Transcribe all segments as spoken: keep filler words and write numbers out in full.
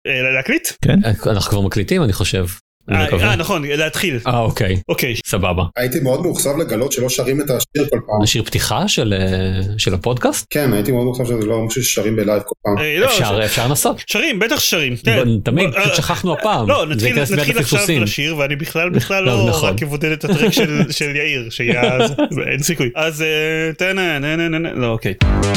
להקליט? כן. אנחנו כבר מקליטים, אני חושב. אה, נכון, להתחיל. אה, אוקיי. אוקיי. סבבה. הייתי מאוד מאוכזב לגלות שלא שרים את השיר כל פעם. השיר פתיחה של הפודקאסט? כן, הייתי מאוד מאוכזב שזה לא משהו ששרים בלייב כל פעם. אפשר לנסות. שרים, בטח שרים. תמיד, פשוט שכחנו הפעם. לא, נתחיל עכשיו לשיר, ואני בכלל בכלל לא רק אבודד את הטרק של יאיר, שיהיה, אין סיכוי. אז, תנה, נה, נה, נה, לא, אוקיי.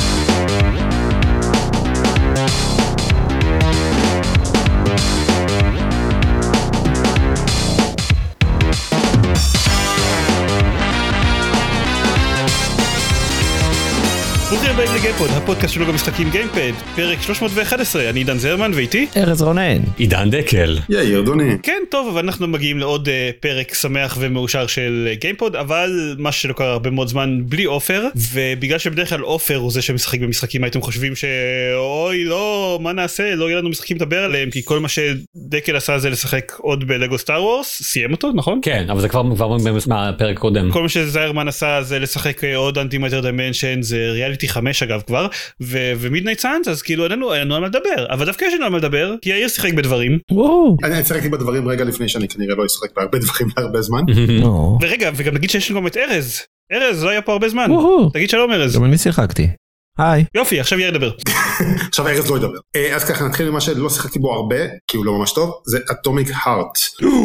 ברוכים הבאים לגיימפוד, הפודקאסט שלו גם משחקים גיימפד, פרק שלוש מאות ואחת עשרה, אני עידן זרמן ואיתי ארז רונן, עידן דקל, יאיר דוני. כן, טוב, אבל אנחנו מגיעים לעוד uh, פרק שמח ומאושר של גיימפוד, אבל מה שלא קרה הרבה מאוד זמן בלי אופר, ובגלל שבדרך כלל אופר הוא זה שמשחק במשחקים, הייתם חושבים שאוי לא, מה נעשה, לא יהיה לנו משחקים לדבר עליהם, כי כל מה שדקל עשה זה לשחק עוד בלגו סטאר וורס, סיים אותו, נכון? כן, אבל זה כבר מהפרק קודם. כל מה שזיירמן עשה זה לשחק עוד אנטימטר דיימנשן, זה ריאליטי חמש אגב כבר, ומידנייט סאנס, אז כאילו אין לנו על מה לדבר, אבל דווקא יש לנו על מה לדבר, כי יאיר שיחק בדברים. אני אשחקתי בדברים רגע לפני שאני כנראה לא אשחק בהרבה דברים להרבה זמן. ורגע, וגם נגיד שיש לנו גם את ארז. ארז, לא היה פה הרבה זמן. תגיד שלום ארז. גם אני שיחקתי. היי. יופי, עכשיו יאיר ידבר. עכשיו ארז לא ידבר. אז ככה נתחיל ממה שלא שיחקתי בו הרבה, כי הוא לא ממש טוב, זה אטומיק הארט.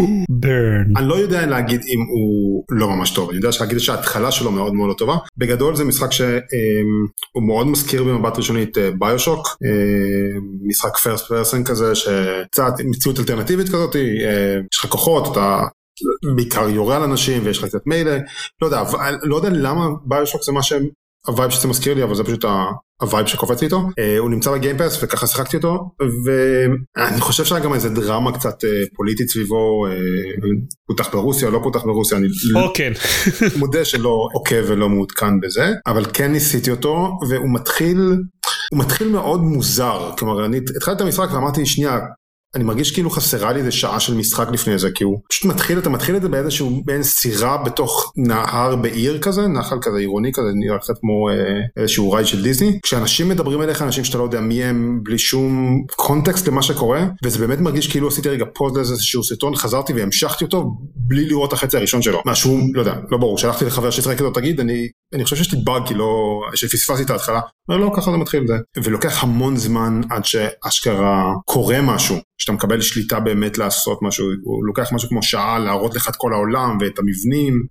ברן. אני לא יודע להגיד אם הוא לא ממש טוב, אני יודע להגיד שההתחלה שלו מאוד מאוד לא טובה. בגדול זה משחק שהוא מאוד מזכיר במבט ראשוני את ביושוק, משחק פרסט פרסן כזה, שקצת מציאות אלטרנטיבית כזאת, יש לך כוחות, אתה בעיקר יורה על אנשים ויש לך קצת מיילה, לא יודע, לא יודע למה ביושוק זה מה שהם, הווייב שזה מזכיר לי, אבל זה פשוט הווייב שקופץ איתו. הוא נמצא בגיימפאס וככה שיחקתי אותו, ואני חושב שהיה גם איזה דרמה קצת פוליטית סביבו, פותח ברוסיה או לא פותח ברוסיה, אני מודה שלא עוקב ולא מעודכן בזה, אבל כן ניסיתי אותו, והוא מתחיל, הוא מתחיל מאוד מוזר, כלומר, אני התחלתי את המשחק ואמרתי, שנייה, אני מרגיש כאילו חסרה לי איזה שעה של משחק לפני זה, כי הוא פשוט מתחיל, אתה מתחיל את זה באיזשהו, בין סירה בתוך נהר בעיר כזה, נחל כזה עירוני כזה, נראה קצת כמו אה, איזשהו רייד של דיסני, כשאנשים מדברים אליך, אנשים שאתה לא יודע מי הם, בלי שום קונטקסט למה שקורה, וזה באמת מרגיש כאילו עשיתי רגע פוז לאיזשהו סרטון, חזרתי והמשכתי אותו, בלי לראות החצי הראשון שלו, משהו, לא יודע, לא ברור, שלחתי לחבר שישחק איתו, תגיד, אני, אני חושב שיש לי באג, כי לא, שפספסתי את ההתחלה, לא, ככה זה מתחיל זה, ולוקח המון זמן עד שאשכרה קורה משהו, שאתה מקבל שליטה באמת לעשות משהו, הוא לוקח משהו כמו שעה להראות לך את כל העולם ואת המבנים,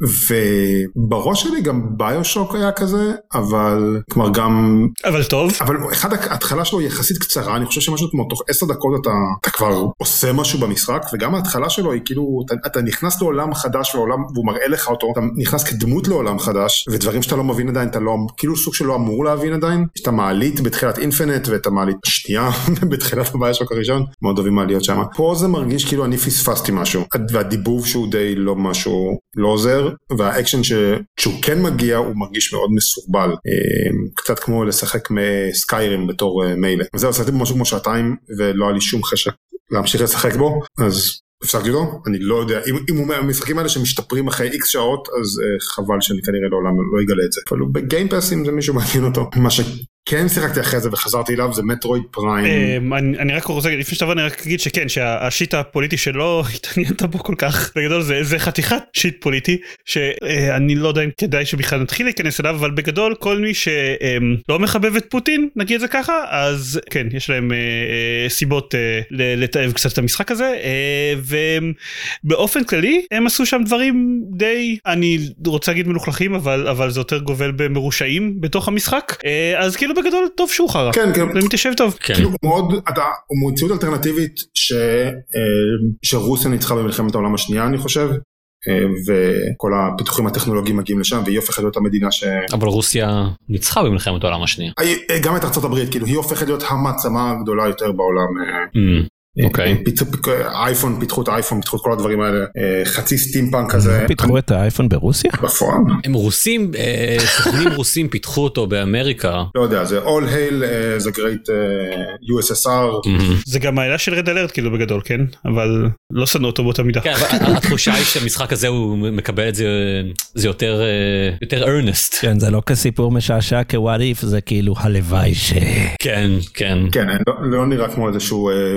ובראש שלי גם ביושוק היה כזה, אבל כלומר גם... אבל טוב. אבל אחד, ההתחלה שלו היא יחסית קצרה, אני חושב שמשהו כמו תוך עשר דקות אתה, אתה כבר עושה משהו במשחק, וגם ההתחלה שלו היא כאילו, אתה, אתה נכנס לעולם חדש, ועולם, והוא מראה לך אותו, אתה נכנס כדמות לעולם חדש, ודברים שאתה לא מבין עדיין, אתה לא, כאילו סוג שלא אמור להבין עדיין, יש את המעלית בתחילת אינפינט, ואת המעלית השנייה בתחילת הביושוק הראשון, מאוד אוהבים מעליות שם. פה זה מרגיש כאילו אני פספסתי משהו, והדיבוב שהוא די לא משהו, לא עוזר, והאקשן שהוא כן מגיע, הוא מרגיש מאוד מסורבל, קצת כמו לשחק מסקיירים בתור מיילה. וזהו, עשיתי בו משהו כמו שעתיים, ולא היה לי שום חשק להמשיך לשחק בו, אז הפסקתי לו, אני לא יודע, אם, אם הוא מהמשחקים האלה שמשתפרים אחרי איקס שעות, אז uh, חבל שאני כנראה לעולם לא אגלה את זה. אבל הוא בגיימפאס, אם זה מישהו מעניין אותו. מה שכן שיחקתי אחרי זה וחזרתי אליו, זה מטרויד פריים. אני, אני רק רוצה, לפני שתבוא אני רק אגיד שכן, שהשיט הפוליטי שלא התעניינת בו כל כך, בגדול זה, זה חתיכת שיט פוליטי, שאני לא יודע אם כדאי שבכלל נתחיל להיכנס אליו, אבל בגדול כל מי שלא מחבב את פוטין, נגיד את זה ככה, אז כן, יש להם סיבות לתאב קצת את המשחק הזה, ובאופן כללי הם עשו שם דברים די, אני רוצה להגיד מלוכלכים, אבל, אבל זה יותר גובל במרושעים בתוך המשחק, אז כאילו בגדול טוב שהוא חרא, כן, כן. זה מתיישב טוב. כן. כאילו מאוד, אתה, הוא מציאות אלטרנטיבית ש, שרוסיה ניצחה במלחמת העולם השנייה, אני חושב, וכל הפיתוחים הטכנולוגיים מגיעים לשם, והיא הופכת להיות המדינה ש... אבל רוסיה ניצחה במלחמת העולם השנייה. גם את ארצות הברית, כאילו, היא הופכת להיות המעצמה הגדולה יותר בעולם. אוקיי. אייפון, פיתחו את האייפון, פיתחו את כל הדברים האלה, חצי סטימפאנק כזה. פיתחו את האייפון ברוסיה? בפועל. הם רוסים, סוכנים רוסים פיתחו אותו באמריקה. לא יודע, זה All Hail, זה Great יו אס אס אר. זה גם העילה של Red Alert כאילו בגדול, כן? אבל לא שנאו אותו באותה מידה. כן, אבל התחושה היא שהמשחק הזה הוא מקבל את זה, זה יותר, יותר earnest. כן, זה לא כסיפור משעשע כ-What If, זה כאילו הלוואי ש... כן, כן. כן, לא נראה כמו איזשהו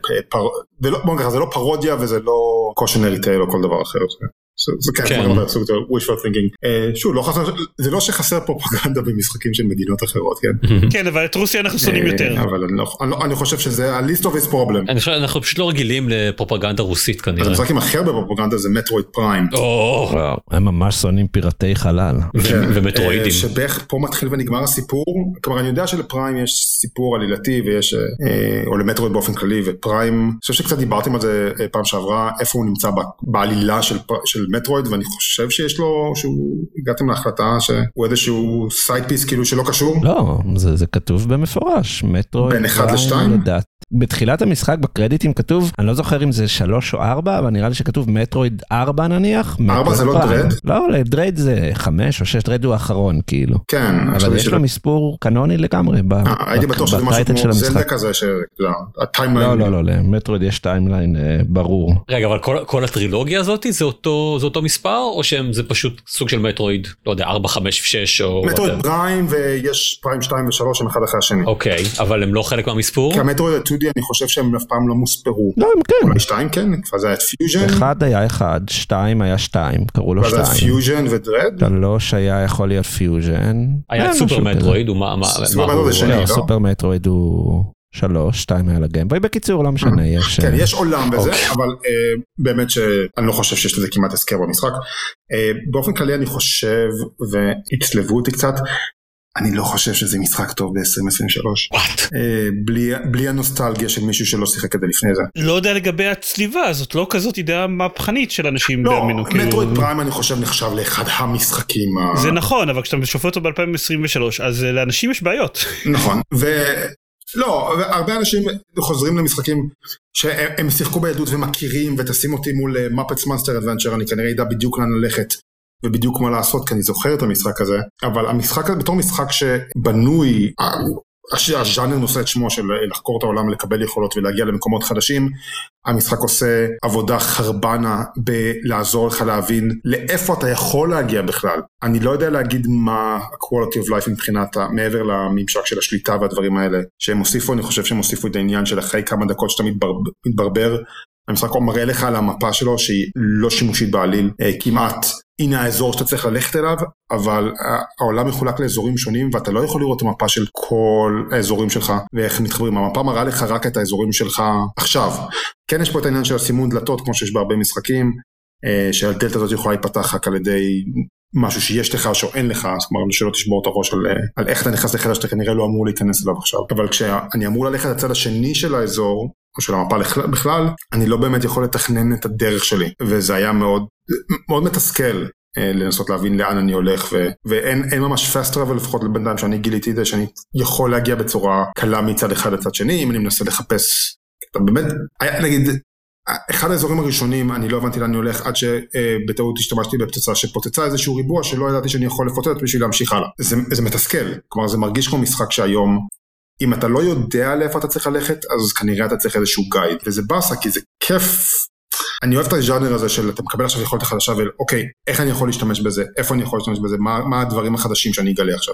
זה לא פרודיה וזה לא קושנרי טייל או כל דבר אחר. זה כן, סוג יותר wishful thinking. שוב, זה לא שחסר פרופגנדה במשחקים של מדינות אחרות, כן? כן, אבל את רוסיה אנחנו שונאים יותר. אבל אני חושב שזה ה-least of its problem. אנחנו פשוט לא רגילים לפרופגנדה רוסית כנראה. המשחק עם הכי הרבה בפרופגנדה זה מטרויד פריים. הם ממש שונאים פירטי חלל. ומטרואידים. שבערך פה מתחיל ונגמר הסיפור. כלומר, אני יודע שלפריים יש סיפור עלילתי ויש, או למטרויד באופן כללי, ופריים, אני חושב שקצת דיברתם על זה פעם שעברה, איפה הוא נמצא בעלילה של מטרויד, ואני חושב שיש לו, שהוא, הגעתם להחלטה שהוא איזשהו סייד פיס כאילו שלא קשור. לא, זה, זה כתוב במפורש, מטרויד. בין אחד לשתיים? בתחילת המשחק בקרדיטים כתוב, אני לא זוכר אם זה שלוש או ארבע, אבל נראה לי שכתוב מטרויד ארבע נניח. ארבע זה לא דרד? לא, דרד זה חמש או שש, דרד הוא האחרון כאילו. כן. אבל יש לו מספור קנוני לגמרי. הייתי בטוח שזה משהו כמו זלדה כזה, לא, לא, לא, למטרויד יש טיימליין ברור. רגע, אבל כל הטרילוגיה הזאת זה אותו מספר, או שזה פשוט סוג של מטרויד, לא יודע, ארבע, חמש, שש, או... מטרויד פריים, ויש פריים שתיים ושלוש, הם אחד אחרי השני. אוקיי, אבל הם לא חלק מהמספור? כי המטרויד טו די, אני חושב שהם אף פעם לא מוספרו. לא, הם כן. אולי שתיים כן, כבר זה היה את פיוז'ן. אחד היה אחד, שתיים היה שתיים, קראו לו שתיים. וזה היה פיוז'ן ודרד? שלוש היה יכול להיות פיוז'ן. היה סופר מטרויד, סופר מטרויד הוא... שלוש, שתיים היה לגיימבוי, בקיצור לא משנה, יש... כן, יש עולם בזה, אבל באמת שאני לא חושב שיש לזה כמעט הזכר במשחק. באופן כללי אני חושב, והצלבו אותי קצת, אני לא חושב שזה משחק טוב ב-עשרים עשרים ושלוש. What? בלי הנוסטלגיה של מישהו שלא שיחק כדי לפני זה. לא יודע לגבי הצליבה, זאת לא כזאת אידאה מהפכנית של אנשים באמינו. לא, מטרויד פריים אני חושב נחשב לאחד המשחקים. זה נכון, אבל כשאתה שופט אותו ב-אלפיים עשרים ושלוש, אז לאנשים יש בעיות. נכון, ו... לא, הרבה אנשים חוזרים למשחקים שהם שיחקו בילדות ומכירים, ותשים אותי מול Muppets Monster Adventure, אני כנראה ידע בדיוק לאן ללכת, ובדיוק מה לעשות, כי אני זוכר את המשחק הזה, אבל המשחק הזה בתור משחק שבנוי, הז'אנר נושא את שמו של לחקור את העולם, לקבל יכולות ולהגיע למקומות חדשים, המשחק עושה עבודה חרבנה בלעזור לך להבין לאיפה אתה יכול להגיע בכלל. אני לא יודע להגיד מה ה-quality of life מבחינת, מעבר לממשק של השליטה והדברים האלה, שהם הוסיפו, אני חושב שהם הוסיפו את העניין של אחרי כמה דקות שאתה מתברבר, המשחק מראה לך על המפה שלו שהיא לא שימושית בעליל, כמעט. הנה האזור שאתה צריך ללכת אליו, אבל העולם מחולק לאזורים שונים, ואתה לא יכול לראות את המפה של כל האזורים שלך, ואיך מתחברים. המפה מראה לך רק את האזורים שלך עכשיו. כן, יש פה את העניין של הסימון דלתות, כמו שיש בהרבה משחקים, שהדלת הזאת יכולה להיפתח רק על ידי משהו שיש לך או אין לך, זאת אומרת שלא תשבור את הראש על, על איך אתה נכנס לחדר שאתה כנראה לא אמור להיכנס אליו עכשיו. אבל כשאני אמור ללכת לצד השני של האזור, או של המפה בכלל, אני לא באמת יכול לתכנן את הדרך שלי, וזה היה מאוד, מאוד מתסכל לנסות להבין לאן אני הולך, ו- ואין אין ממש fast travel, לפחות לבינתיים שאני גיליתי את זה, שאני יכול להגיע בצורה קלה מצד אחד לצד שני, אם אני מנסה לחפש, אתה באמת, נגיד, אחד האזורים הראשונים, אני לא הבנתי לאן אני הולך, עד שבטעות השתמשתי בפצצה שפוצצה איזשהו ריבוע, שלא ידעתי שאני יכול לפוצץ בשביל להמשיך הלאה. זה, זה מתסכל, כלומר זה מרגיש כמו משחק שהיום, אם אתה לא יודע לאיפה אתה צריך ללכת, אז כנראה אתה צריך איזשהו גייד, וזה בסה, כי זה כיף. אני אוהב את הז'אנר הזה של אתה מקבל עכשיו יכולת חדשה, ואוקיי, איך אני יכול להשתמש בזה, איפה אני יכול להשתמש בזה, מה, מה הדברים החדשים שאני אגלה עכשיו.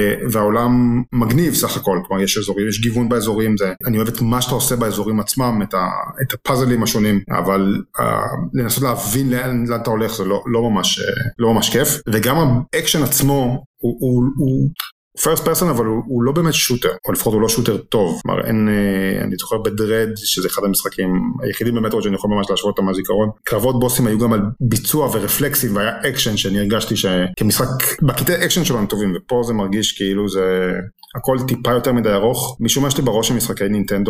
והעולם מגניב סך הכל, כלומר יש אזורים, יש גיוון באזורים, זה, אני אוהב את מה שאתה עושה באזורים עצמם, את, ה, את הפאזלים השונים, אבל uh, לנסות להבין לאן, לאן אתה הולך, זה לא, לא, ממש, לא ממש כיף, וגם האקשן עצמו, הוא, הוא, הוא first person, אבל הוא, הוא לא באמת שוטר, או לפחות הוא לא שוטר טוב, כלומר אין, אני זוכר בדרד, שזה אחד המשחקים היחידים במטרויד שאני יכול ממש להשוות אותם מהזיכרון, קרבות בוסים היו גם על ביצוע ורפלקסים, והיה אקשן שאני הרגשתי שכמשחק, בקטעי אקשן שלו הם טובים, ופה זה מרגיש כאילו זה, הכל טיפה יותר מדי ארוך, משום מה יש לי בראש של משחקי נינטנדו,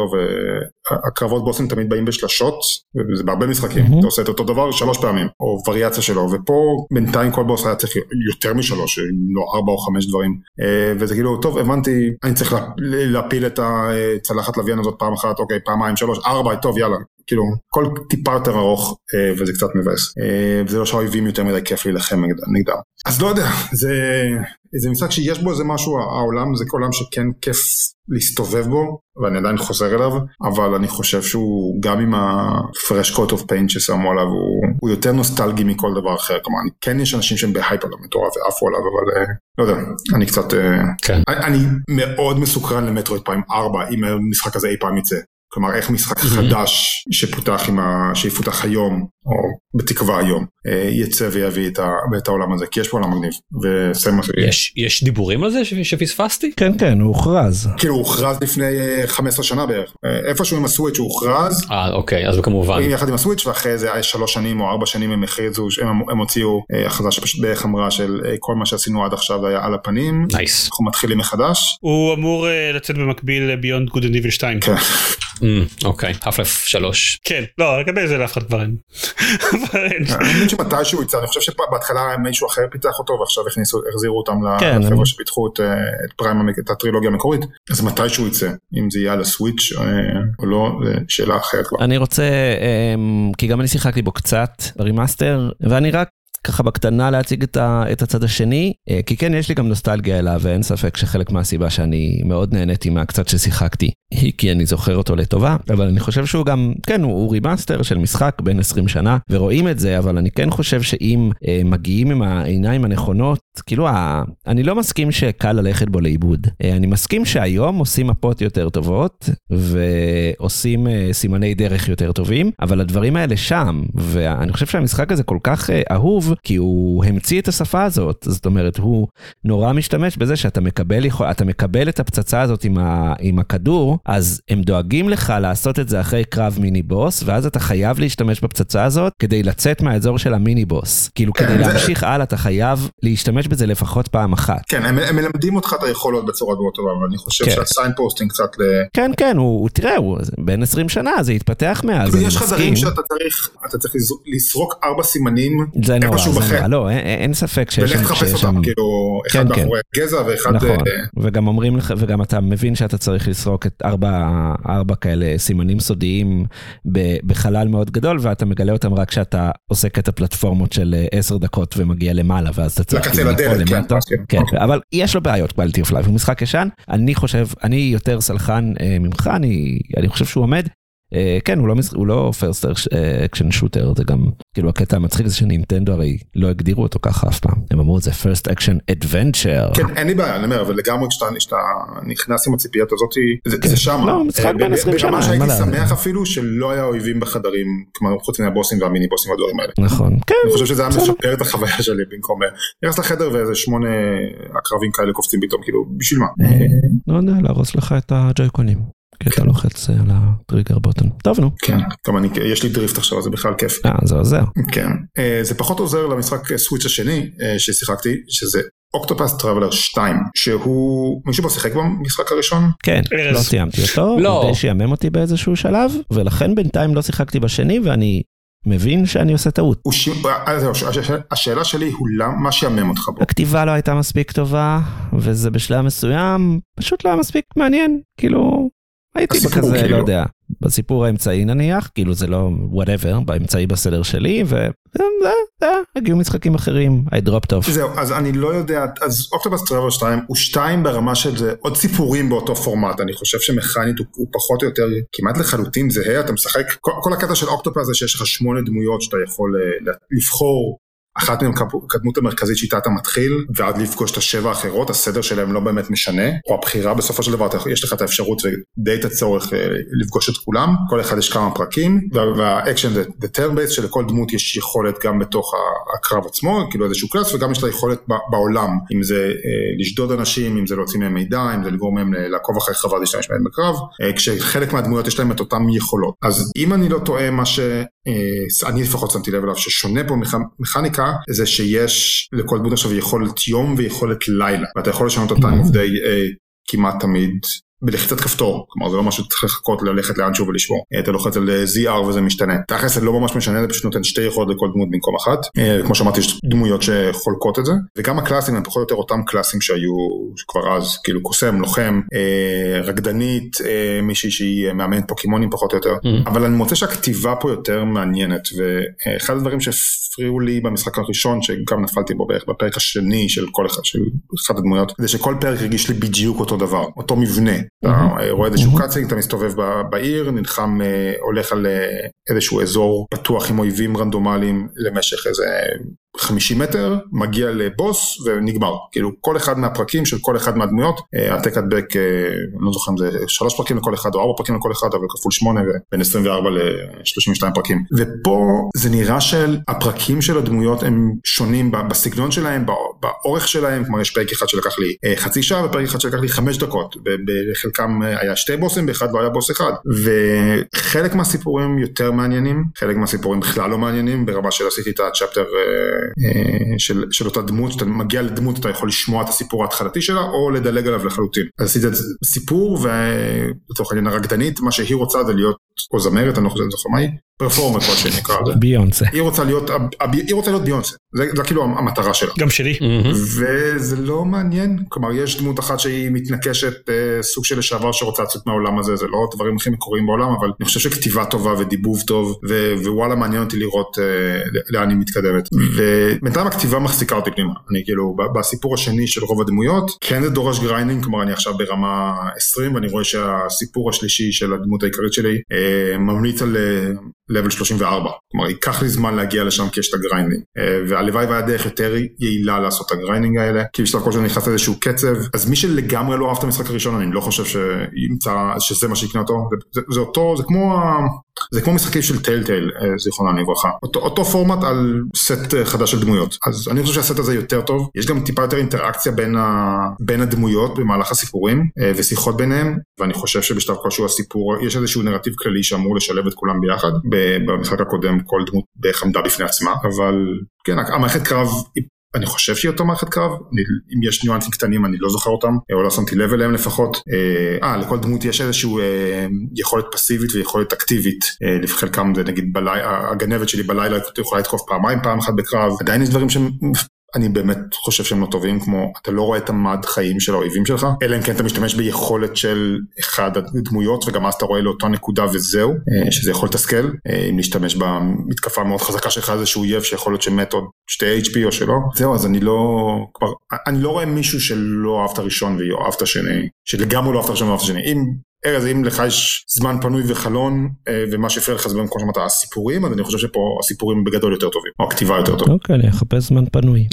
והקרבות בוסים תמיד באים בשלשות, וזה בהרבה משחקים, mm-hmm. אתה עושה את אותו דבר שלוש פעמים, או וריאציה שלו, ופה בינתיים כל בוס היה צריך יותר משלוש, לא ארבע או חמש דברים, וזה כאילו, טוב, הבנתי, אני צריך להפיל את הצלחת לוויין הזאת פעם אחת, אוקיי, פעמיים, שלוש, ארבע, טוב, יאללה, כאילו, כל טיפה יותר ארוך, וזה קצת מבאס, וזה לא שהאויבים יותר מדי כיף להילחם נגדם. אז לא יודע, זה, זה משחק שיש בו איזה משהו, העולם, זה עולם שכן כיף להסתובב בו, ואני עדיין חוזר אליו, אבל אני חושב שהוא, גם עם ה-fresh coat of paint ששמו עליו, הוא, הוא יותר נוסטלגי מכל דבר אחר, כלומר, כן יש אנשים שהם בהייפ עליו, מטורף ועפו עליו, אבל לא יודע, אני קצת, כן. אני, אני מאוד מסוקרן למטרויד פריים ארבע, אם המשחק הזה אי פעם יצא. כלומר איך משחק חדש שפותח עם ה... שיפותח היום, או בתקווה היום, יצא ויביא את, ה... את העולם הזה, כי יש פה עולם מגניב, וסיימה... יש, יש דיבורים על זה שפספסתי? כן, כן, הוא הוכרז. כאילו הוא הוכרז לפני חמש עשרה שנה בערך, איפשהו עם הסוויץ' הוא הוכרז. אה, אוקיי, אז כמובן. יחד עם הסוויץ', ואחרי זה שלוש שנים או ארבע שנים הם הכריזו, הם, הם הוציאו הכרזה שפשוט בערך אמרה של כל מה שעשינו עד עכשיו היה על הפנים. נייס. אנחנו מתחילים מחדש. הוא אמור לצאת במקביל ביונד גוד אנד איביל שתיים. כן. אוקיי, Half-Life שלוש. כן, לא, לגבי זה לאף אחד כבר אין. אני מבין שמתישהו יצא, אני חושב שבהתחלה מישהו אחר פיתח אותו, ועכשיו החזירו אותם לחבר'ה שפיתחו את פריים, את הטרילוגיה המקורית, אז מתישהו יצא, אם זה יהיה על הסוויץ' או לא, שאלה אחרת. אני רוצה, כי גם אני שיחקתי בו קצת ברימאסטר, ואני רק ככה בקטנה להציג את, ה, את הצד השני, כי כן יש לי גם נוסטלגיה אליו, ואין ספק שחלק מהסיבה שאני מאוד נהניתי מהקצת ששיחקתי, היא כי אני זוכר אותו לטובה, אבל אני חושב שהוא גם, כן, הוא, הוא רימאסטר של משחק בין עשרים שנה, ורואים את זה, אבל אני כן חושב שאם אה, מגיעים עם העיניים הנכונות, כאילו, ה, אני לא מסכים שקל ללכת בו לאיבוד. אה, אני מסכים שהיום עושים מפות יותר טובות, ועושים אה, סימני דרך יותר טובים, אבל הדברים האלה שם, ואני חושב שהמשחק הזה כל כך אה, אהוב, כי הוא המציא את השפה הזאת, זאת אומרת, הוא נורא משתמש בזה שאתה מקבל, אתה מקבל את הפצצה הזאת עם, ה, עם הכדור, אז הם דואגים לך לעשות את זה אחרי קרב מיני בוס, ואז אתה חייב להשתמש בפצצה הזאת, כדי לצאת מהאזור של המיני בוס. כאילו, כן, כדי זה... להמשיך הלאה, אתה חייב להשתמש בזה לפחות פעם אחת. כן, הם, הם מלמדים אותך את היכולות בצורה מאוד טובה, אבל אני חושב כן. שהסיין פוסטינג קצת ל... כן, כן, הוא, הוא תראה, הוא בין עשרים שנה, זה התפתח מאז. יש חדרים שאתה צריך, אתה צריך לסרוק ארבע סימנים, זה נורא, זה נורא, לא, אין, אין ספק שיש ולך תחפש אותם, שם... כאילו, אחד כן, באחורי כן. גזע ואחד... נכון, וגם אומרים לך, וגם אתה מבין שאתה צריך לסרוק את ארבע, ארבע כאלה סימנים סודיים בחלל מאוד גדול, ואתה מגלה אותם רק כשאתה עוסק את הפלטפורמות של עשר דקות ומגיע למעלה, ואז אתה צריך לקצה לדלת, כן, כן, כן. אבל יש לו בעיות quality of life, הוא משחק ישן, אני חושב, אני יותר סלחן ממך, אני, אני חושב שהוא עומד, כן, הוא לא, הוא לא first action shooter, זה גם, כאילו הקטע המצחיק זה שנינטנדו הרי לא הגדירו אותו ככה אף פעם, הם אמרו זה first action adventure. כן, אין לי בעיה, אני אומר, אבל לגמרי כשאתה נכנס עם הציפיות הזאת, זה שם. לא, משחק בין עשרים שנה. ממש הייתי שמח אפילו שלא היה אויבים בחדרים, כמו חוץ מהבוסים והמיני בוסים והדברים האלה. נכון, כן. אני חושב שזה היה משפר את החוויה שלי, במקום, נכנס לחדר ואיזה שמונה הקרבים כאלה קופצים פתאום, כאילו, בשביל מה? לא יודע, להרוס לך את הג'ויקונים. כי אתה לוחץ על הטריגר בוטון. טוב, נו. כן, גם אני, יש לי דריפט עכשיו, זה בכלל כיף. אה, זה עוזר. כן. זה פחות עוזר למשחק סוויץ' השני ששיחקתי, שזה אוקטופס טראבלר שתיים, שהוא, מישהו פה שיחק במשחק הראשון? כן, לא סיימתי אותו, לא. כדי שיאמם אותי באיזשהו שלב, ולכן בינתיים לא שיחקתי בשני, ואני מבין שאני עושה טעות. ש... השאלה שלי הוא מה שיאמם אותך בו. הכתיבה לא הייתה מספיק טובה, וזה בשלב מסוים, פשוט לא היה מספיק מעניין, כאילו... הייתי בכזה, כאילו. לא יודע, בסיפור האמצעי נניח, כאילו זה לא whatever, באמצעי בסדר שלי, וזה, זה, הגיעו משחקים אחרים, I dropped off. זהו, אז אני לא יודע, אז אוקטובוס טראבלר שתיים, הוא שתיים ברמה של זה, עוד סיפורים באותו פורמט, אני חושב שמכנית הוא, הוא פחות או יותר, כמעט לחלוטין זהה, אתה משחק, כל, כל הקטע של אוקטופוס זה שיש לך שמונה דמויות שאתה יכול לבחור, אחת מהן כדמות המרכזית שאיתה אתה מתחיל, ועד לפגוש את השבע האחרות, הסדר שלהם לא באמת משנה, או הבחירה בסופו של דבר, יש לך את האפשרות ודי את הצורך לפגוש את כולם, כל אחד יש כמה פרקים, והאקשן זה turn based, שלכל דמות יש יכולת גם בתוך הקרב עצמו, כאילו איזשהו קלאס, וגם יש לה יכולת בעולם, אם זה לשדוד אנשים, אם זה להוציא מהם מידע, אם זה לגרום מהם לעקוב אחרי חווה להשתמש מהם בקרב, כשחלק מהדמויות יש להם את אותם יכולות. אז אם אני לא טועה מה ש... אני לפחות שמתי לב אליו ששונה פה מכניקה, זה שיש לכל דמות עכשיו יכולת יום ויכולת לילה, ואתה יכול לשנות אותה עם עובדי כמעט תמיד בלחיצת כפתור, כלומר זה לא משהו שצריך לחכות ללכת לאנשהו ולשמור, אתה לוחץ על זי אר וזה משתנה, תכף זה לא ממש משנה, זה פשוט נותן שתי יכולות לכל דמות במקום אחת, כמו שאמרתי יש דמויות שחולקות את זה, וגם הקלאסים הם פחות או יותר אותם קלאסים שהיו כבר אז, כאילו קוסם, לוחם, רקדנית, מישהי שהיא מאמנת פוקימונים פחות או יותר, אבל אני מוצא שהכתיבה פה יותר מעניינת, ואחד הדברים שהפריעו לי במשחק הראשון, שגם נפלתי בו בערך בפרק השני של כל אחד, של אחד הדמויות, זה שכל פרק הרגיש לי בדיוק אותו דבר, אותו מבנה. אתה רואה איזשהו קאצינג, אתה מסתובב בעיר, נלחם, הולך על איזשהו אזור פתוח עם אויבים רנדומליים למשך איזה חמישים מטר, מגיע לבוס ונגמר. כאילו כל אחד מהפרקים של כל אחד מהדמויות, העתק הדבק, אני לא זוכר אם זה שלוש פרקים לכל אחד או ארבע פרקים לכל אחד, אבל כפול שמונה ובין עשרים וארבע ל-שלושים ושתיים פרקים. ופה זה נראה שהפרקים של הדמויות הם שונים בסגנון שלהם, באורך שלהם, כלומר יש פרק אחד שלקח לי חצי שעה ופרק אחד שלקח לי חמש דקות. בחלקם היה שתי בוסים, באחד לא היה בוס אחד. וחלק מהסיפורים יותר מעניינים, חלק מהסיפורים בכלל לא מעניינים, ברמה של עשיתי את הצ'פטר של, של אותה דמות, שאתה מגיע לדמות, אתה יכול לשמוע את הסיפור ההתחלתי שלה, או לדלג עליו לחלוטין. אז עשיתי את סיפור, ולתוך העניין הרקדנית, מה שהיא רוצה זה להיות, או זמרת, אני לא חושב זוכר מה היא, פרפורמר כל שנקרא זה. ביונסה. היא רוצה להיות, היא רוצה להיות ביונסה. זה, זה כאילו המטרה שלה. גם שלי. וזה לא מעניין. כלומר, יש דמות אחת שהיא מתנקשת, סוג של לשעבר שרוצה לצאת מהעולם הזה, זה לא הדברים הכי מקוריים בעולם, אבל אני חושב שכתיבה טובה ודיבוב טוב, ווואלה מעניין אותי לראות לאן היא מתקדמת. ובינתיים הכתיבה מחזיקה אותי פנימה. אני כאילו, בסיפור השני של רוב הדמויות, כן זה דורש גריינינג, כלומר אני עכשיו ברמה עשרים, ואני רואה שהסיפור השלישי של הדמות העיקרית שלי, ממליץ על לבל שלושים וארבע, כלומר ייקח לי זמן להגיע לשם כי יש את הגריינינג, והלוואי והיה דרך יותר יעילה לעשות את הגריינינג האלה, כי בשלב כל שאני נכנס לאיזשהו קצב, אז מי שלגמרי לא אהב את המשחק הראשון, אני לא חושב שימצא, שזה מה שיקנה אותו, זה, זה אותו, זה כמו, זה כמו משחקים של טייל-טייל, זיכרונה לברכה, אותו, אותו פורמט על סט חדש של דמויות, אז אני חושב שהסט הזה יותר טוב, יש גם טיפה יותר אינטראקציה בין, ה, בין הדמויות במהלך הסיפורים, ושיחות ביניהם, ואני חושב שבשלב כלשהו הסיפור, יש איזשהו נרטיב כללי שאמור לשלב את כולם ביחד, במשחק הקודם כל דמות בערך עמדה בפני עצמה, אבל כן, המערכת קרב, אני חושב שהיא אותו מערכת קרב, אני, אם יש ניואנסים קטנים אני לא זוכר אותם, או לא שמתי לב אליהם לפחות, אה, לכל דמות יש איזשהו אה, יכולת פסיבית ויכולת אקטיבית, אה, לחלקם זה נגיד בלי, הגנבת שלי בלילה יכולה לתקוף פעמיים, פעם אחת בקרב, עדיין יש דברים שהם אני באמת חושב שהם לא טובים, כמו אתה לא רואה את המד חיים של האויבים שלך, אלא אם כן אתה משתמש ביכולת של אחד הדמויות, וגם אז אתה רואה לאותה נקודה וזהו, שזה יכול לתסכל, אם להשתמש במתקפה מאוד חזקה שלך, איזשהו אויב שיכול להיות שמת עוד שתי אייץ' פי או שלא, זהו, אז אני לא, כבר, אני לא רואה מישהו שלא אהב את הראשון ויואב את השני, שלגמרי לא אהב את הראשון ואהב את השני, אם ארז, אם לך יש זמן פנוי וחלון, ומה שהפריע לך זמן, כמו שאמרת, הסיפורים, אז אני חושב שפה הסיפורים בגדול יותר טובים, או הכתיבה יותר טובה. אוקיי, אני אחפש זמן פנוי.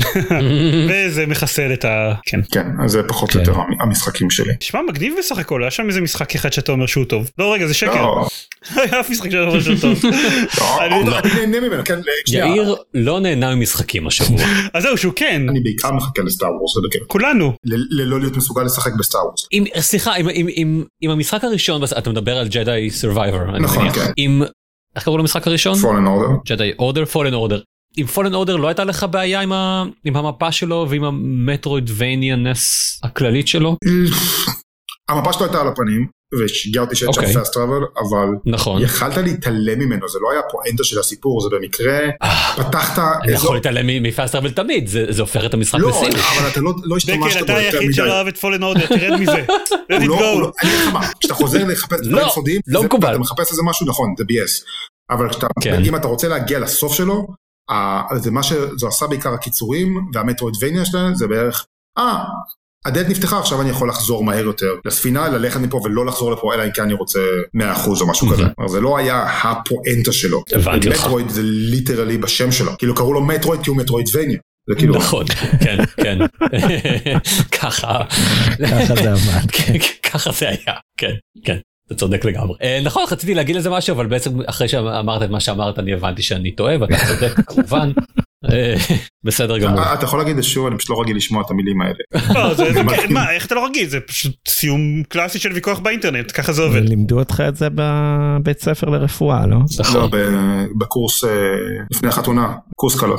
וזה מחסל את ה... כן. כן, אז זה פחות או יותר המשחקים שלי. תשמע, מגניב בסך הכל, היה שם איזה משחק אחד שאתה אומר שהוא טוב. לא, רגע, זה שקר. היה אף משחק שאתה אומר שהוא טוב. אני נהנה ממנו, כן. יאיר לא נהנה ממשחקים השבוע. אז זהו, שהוא כן. אני בעיקר מחכה לסטאר וורס, זה בכיף. כולנו. ללא להיות מסוגל לשחק בסטאר וורס. סליחה, אם המשחק הראשון, אתה מדבר על ג'די סרווייבר. נכון, כן. איך קראו למשחק הראשון? Fallen Order. ג'די אורדר, Fallen Order. עם Fallen Order לא הייתה לך בעיה עם, ה... עם המפה שלו ועם המטרוידבניאנס הכללית שלו? המפה שלו הייתה על הפנים, ושיגע אותי שיש שם fast travel, אבל נכון. יכלת להתעלם ממנו, זה לא היה פואנטה של הסיפור, זה במקרה, פתחת... אני יכול להתעלם מ-fast travel תמיד, זה, זה הופך את המשחק לא, לסין. אבל אתה לא, לא השתמשת בו יותר מדי. דקל, אתה היחיד שלא אוהב את Fallen Order, תרד מזה. let it go. אני אגיד לך מה, כשאתה חוזר לחפש דברים סודיים, לא מקובל. אתה מחפש איזה משהו נכון, זה בי אס. אבל אם אתה רוצה להגיע לסוף שלו, זה מה שזה עשה בעיקר הקיצורים, והמטרוידבניה שלהם, זה בערך, אה, הדלת נפתחה, עכשיו אני יכול לחזור מהר יותר לספינה, ללכת מפה ולא לחזור לפה, אלא אם כן אני רוצה מאה אחוז או משהו כזה. זה לא היה הפואנטה שלו. מטרויד זה ליטרלי בשם שלו. כאילו קראו לו מטרויד כי הוא מטרוידבניה. נכון, כן, כן. ככה. ככה זה עבד. ככה זה היה, כן, כן. אתה צודק לגמרי. נכון, רציתי להגיד לזה משהו, אבל בעצם אחרי שאמרת את מה שאמרת, אני הבנתי שאני טועה, ואתה צודק, כמובן. בסדר גמור. אתה יכול להגיד את שוב, אני פשוט לא רגיל לשמוע את המילים האלה. לא, זה כן, מה, איך אתה לא רגיל? זה פשוט סיום קלאסי של ויכוח באינטרנט, ככה זה עובד. לימדו אותך את זה בבית ספר לרפואה, לא? לא, בקורס לפני החתונה, קורס קלות.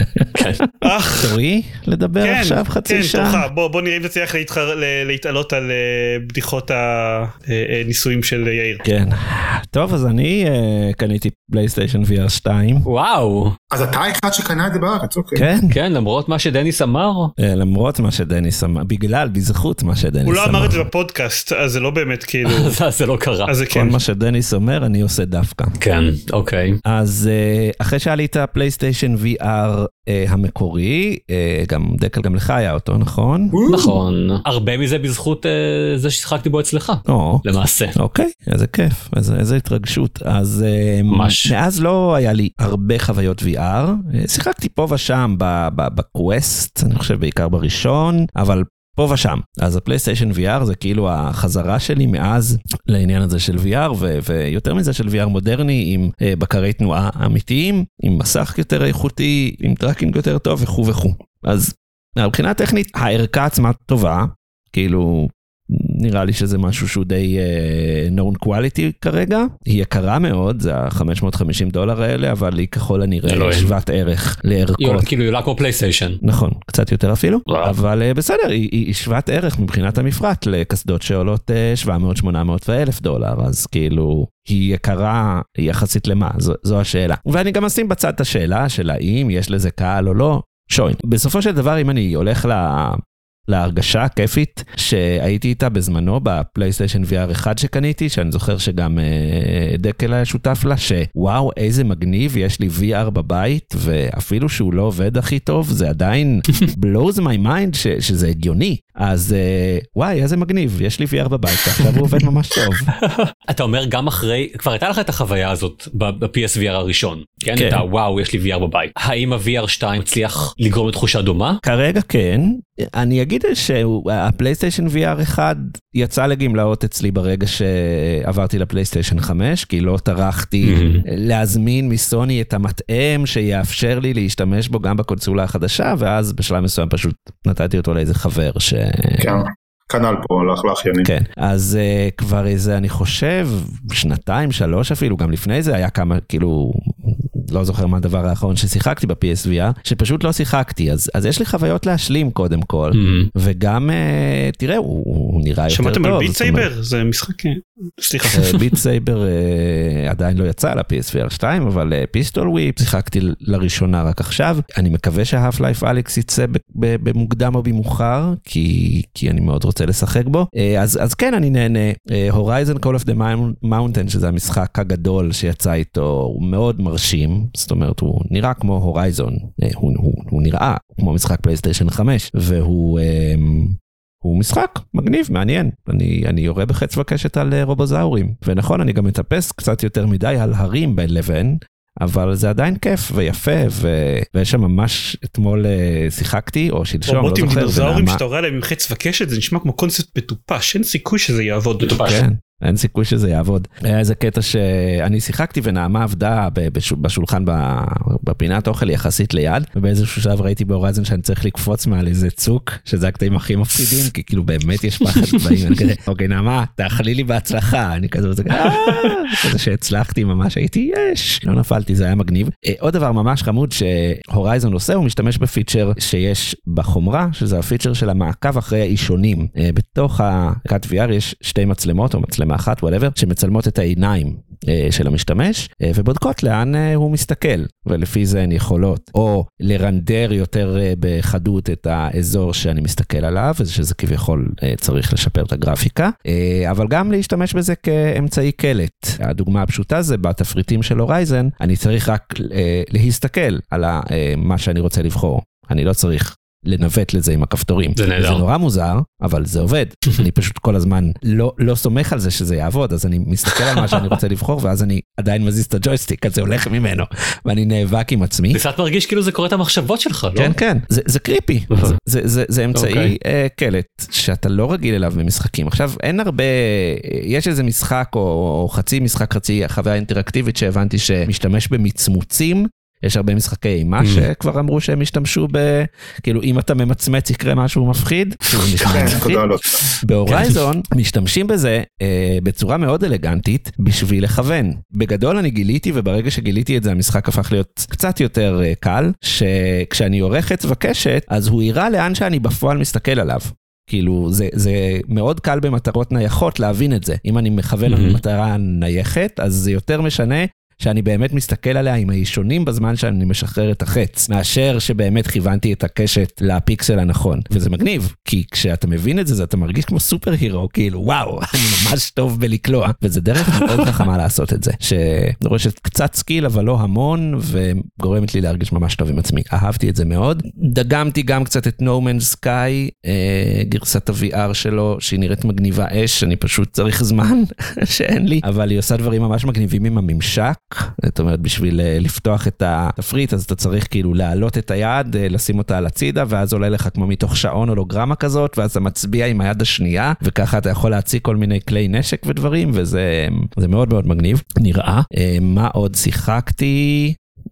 אך. תורי לדבר עכשיו חצי שעה? כן, תורך, בוא נראה אם תצליח להתעלות על בדיחות הניסויים של יאיר. כן. טוב, אז אני קניתי פלייסטיישן וי אר שתיים. וואו. אז אתה אחד שקנה את זה בארץ, אוקיי. כן. כן, למרות מה שדניס אמר. למרות מה שדניס אמר, בגלל, בזכות מה שדניס אמר. הוא לא אמר את זה בפודקאסט, אז זה לא באמת כאילו... זה לא קרה. אז זה כן. כל מה שדניס אומר, אני עושה דווקא. כן, אוקיי. אז אחרי שהיה לי את הפלייסטיישן וי אר, המקורי, גם דקל גם לך היה אותו, נכון? נכון, הרבה מזה בזכות זה ששיחקתי בו אצלך, למעשה. אוקיי, איזה כיף, איזה התרגשות. אז מאז לא היה לי הרבה חוויות וי אר, שיחקתי פה ושם בקווסט, אני חושב בעיקר בראשון, אבל פה ושם. אז הפלייסטיישן וי אר זה כאילו החזרה שלי מאז לעניין הזה של וי אר, ו- ויותר מזה של וי אר מודרני, עם uh, בקרי תנועה אמיתיים, עם מסך יותר איכותי, עם טראקינג יותר טוב וכו' וכו'. אז מבחינה טכנית, הערכה עצמה טובה, כאילו נראה לי שזה משהו שהוא די uh, known quality כרגע, היא יקרה מאוד, זה ה-חמש מאות וחמישים דולר האלה, אבל היא ככל הנראה שוות ערך לערכות. כאילו היא עולה כמו פלייסטיישן. נכון, קצת יותר אפילו, אבל uh, בסדר, היא, היא שוות ערך מבחינת המפרט לקסדות שעולות uh, שבע מאות, שמונה מאות ואלף דולר, אז כאילו היא יקרה יחסית למה, זו, זו השאלה. ואני גם אשים בצד את השאלה של האם יש לזה קהל או לא, שוין. בסופו של דבר, אם אני הולך ל... להרגשה הכיפית שהייתי איתה בזמנו בפלייסטיישן וי אר אחד שקניתי, שאני זוכר שגם אה, דקל היה שותף לה, שוואו איזה מגניב, יש לי וי אר בבית, ואפילו שהוא לא עובד הכי טוב, זה עדיין blows my mind ש, שזה הגיוני. אז אה, וואי איזה מגניב, יש לי וי אר בבית, עכשיו הוא עובד ממש טוב. אתה אומר גם אחרי, כבר הייתה לך את החוויה הזאת ב-פי אס וי אר הראשון, כן? כן. אתה וואו יש לי וי אר בבית. האם ה-וי אר שתיים הצליח לגרום לתחושה דומה? כרגע כן. אני אגיד שהפלייסטיישן וי אר אחד יצא לגמלאות אצלי ברגע שעברתי לפלייסטיישן חמש, כי לא טרחתי להזמין מסוני את המתאם שיאפשר לי להשתמש בו גם בקונסולה החדשה, ואז בשלב מסוים פשוט נתתי אותו לאיזה חבר ש... כן. כנ"ל פה, הלך לאחיינים. כן, אז uh, כבר איזה, אני חושב, שנתיים, שלוש אפילו, גם לפני זה היה כמה, כאילו, לא זוכר מה הדבר האחרון ששיחקתי ב-פי אס וי אר, שפשוט לא שיחקתי, אז, אז יש לי חוויות להשלים קודם כל, mm-hmm. וגם, uh, תראה, הוא, הוא נראה יותר טוב. שמעתם על ביט סייבר? זה משחק, סליחה. ביט סייבר uh, עדיין לא יצא ל-פי אס וי אר שתיים, אבל פיסטול וויפ, שיחקתי לראשונה רק עכשיו, אני מקווה שההאף-לייף אליקס יצא במוקדם או במאוחר, כי, כי אני מאוד רוצה לשחק בו. אז, אז כן, אני נהנה. Horizon Call of the Mountain, שזה המשחק הגדול שיצא איתו, הוא מאוד מרשים, זאת אומרת, הוא נראה כמו Horizon, הוא, הוא, הוא נראה כמו משחק פלייסטיישן חמש, והוא הוא משחק מגניב, מעניין. אני, אני יורה בחץ וקשת על רובוזאורים, ונכון, אני גם מטפס קצת יותר מדי על הרים בין לבין, אבל זה עדיין כיף ויפה, ו... ויש שם ממש אתמול שיחקתי, או שלשום, רובוטים לא זוכר. דינוזאורים שאתה רואה להם עם חץ וקשת, זה נשמע כמו קונספט מטופש, אין סיכוי שזה יעבוד. כן. אין סיכוי שזה יעבוד. היה איזה קטע שאני שיחקתי ונעמה עבדה בשולחן בפינת אוכל יחסית ליד, ובאיזשהו שלב ראיתי בהורייזן שאני צריך לקפוץ מעל איזה צוק, שזה הקטעים הכי מפחידים, כי כאילו באמת יש פחד באים, אני כזה, אוקיי נעמה, תאכלי לי בהצלחה, אני כזה, כזה שהצלחתי ממש, הייתי יש, לא נפלתי, זה היה מגניב. עוד דבר ממש חמוד שהורייזן עושה, הוא משתמש בפיצ'ר שיש בחומרה, שזה הפיצ'ר של המעקב אחרי האישונים. בתוך הקאט וי אר יש שתי מצלמות, או מצלמה אחת, whatever, שמצלמות את העיניים של המשתמש, ובודקות לאן הוא מסתכל, ולפי זה הן יכולות, או לרנדר יותר בחדות את האזור שאני מסתכל עליו, שזה כביכול צריך לשפר את הגרפיקה, אבל גם להשתמש בזה כאמצעי קלט. הדוגמה הפשוטה זה, בתפריטים של הורייזן, אני צריך רק להסתכל על מה שאני רוצה לבחור. אני לא צריך לנווט לזה עם הכפתורים. זה נהדר. זה נורא מוזר, אבל זה עובד. אני פשוט כל הזמן לא, לא סומך על זה שזה יעבוד, אז אני מסתכל על מה שאני רוצה לבחור, ואז אני עדיין מזיז את הג'ויסטיק, אז זה הולך ממנו, ואני נאבק עם עצמי. זה קצת מרגיש כאילו זה קורא את המחשבות שלך, לא? כן, כן. זה, זה קריפי. זה, זה, זה, זה אמצעי okay. uh, קלט, שאתה לא רגיל אליו במשחקים. עכשיו, אין הרבה, יש איזה משחק, או, או חצי משחק, חצי חוויה אינטראקטיבית, שהבנתי שמשתמש במצמוצים, יש הרבה משחקי אימה mm. שכבר אמרו שהם השתמשו ב... כאילו, אם אתה ממצמץ יקרה משהו מפחיד, בהורייזון משתמשים בזה אה, בצורה מאוד אלגנטית בשביל לכוון. בגדול אני גיליתי, וברגע שגיליתי את זה, המשחק הפך להיות קצת יותר אה, קל, שכשאני עורך חץ וקשת, אז הוא יראה לאן שאני בפועל מסתכל עליו. כאילו, זה, זה מאוד קל במטרות נייחות להבין את זה. אם אני מכוון mm-hmm. למטרה נייחת, אז זה יותר משנה שאני באמת מסתכל עליה עם האישונים בזמן שאני משחרר את החץ, מאשר שבאמת כיוונתי את הקשת לפיקסל הנכון. וזה מגניב, כי כשאתה מבין את זה, אתה מרגיש כמו סופר הירו, כאילו וואו, אני ממש טוב בלקלוע, וזה דרך מאוד חכמה לעשות את זה, שדורשת קצת סקיל, אבל לא המון, וגורמת לי להרגיש ממש טוב עם עצמי. אהבתי את זה מאוד. דגמתי גם קצת את No Man's Sky, גרסת ה-וי אר שלו, שהיא נראית מגניבה אש, אני פשוט צריך זמן שאין לי, אבל היא עושה דברים ממש מגניבים עם הממשק, זאת אומרת, בשביל לפתוח את התפריט, אז אתה צריך כאילו להעלות את היד, לשים אותה על הצידה, ואז עולה לך כמו מתוך שעון הולוגרמה כזאת, ואז אתה מצביע עם היד השנייה, וככה אתה יכול להציג כל מיני כלי נשק ודברים, וזה זה מאוד מאוד מגניב, נראה. מה עוד שיחקתי?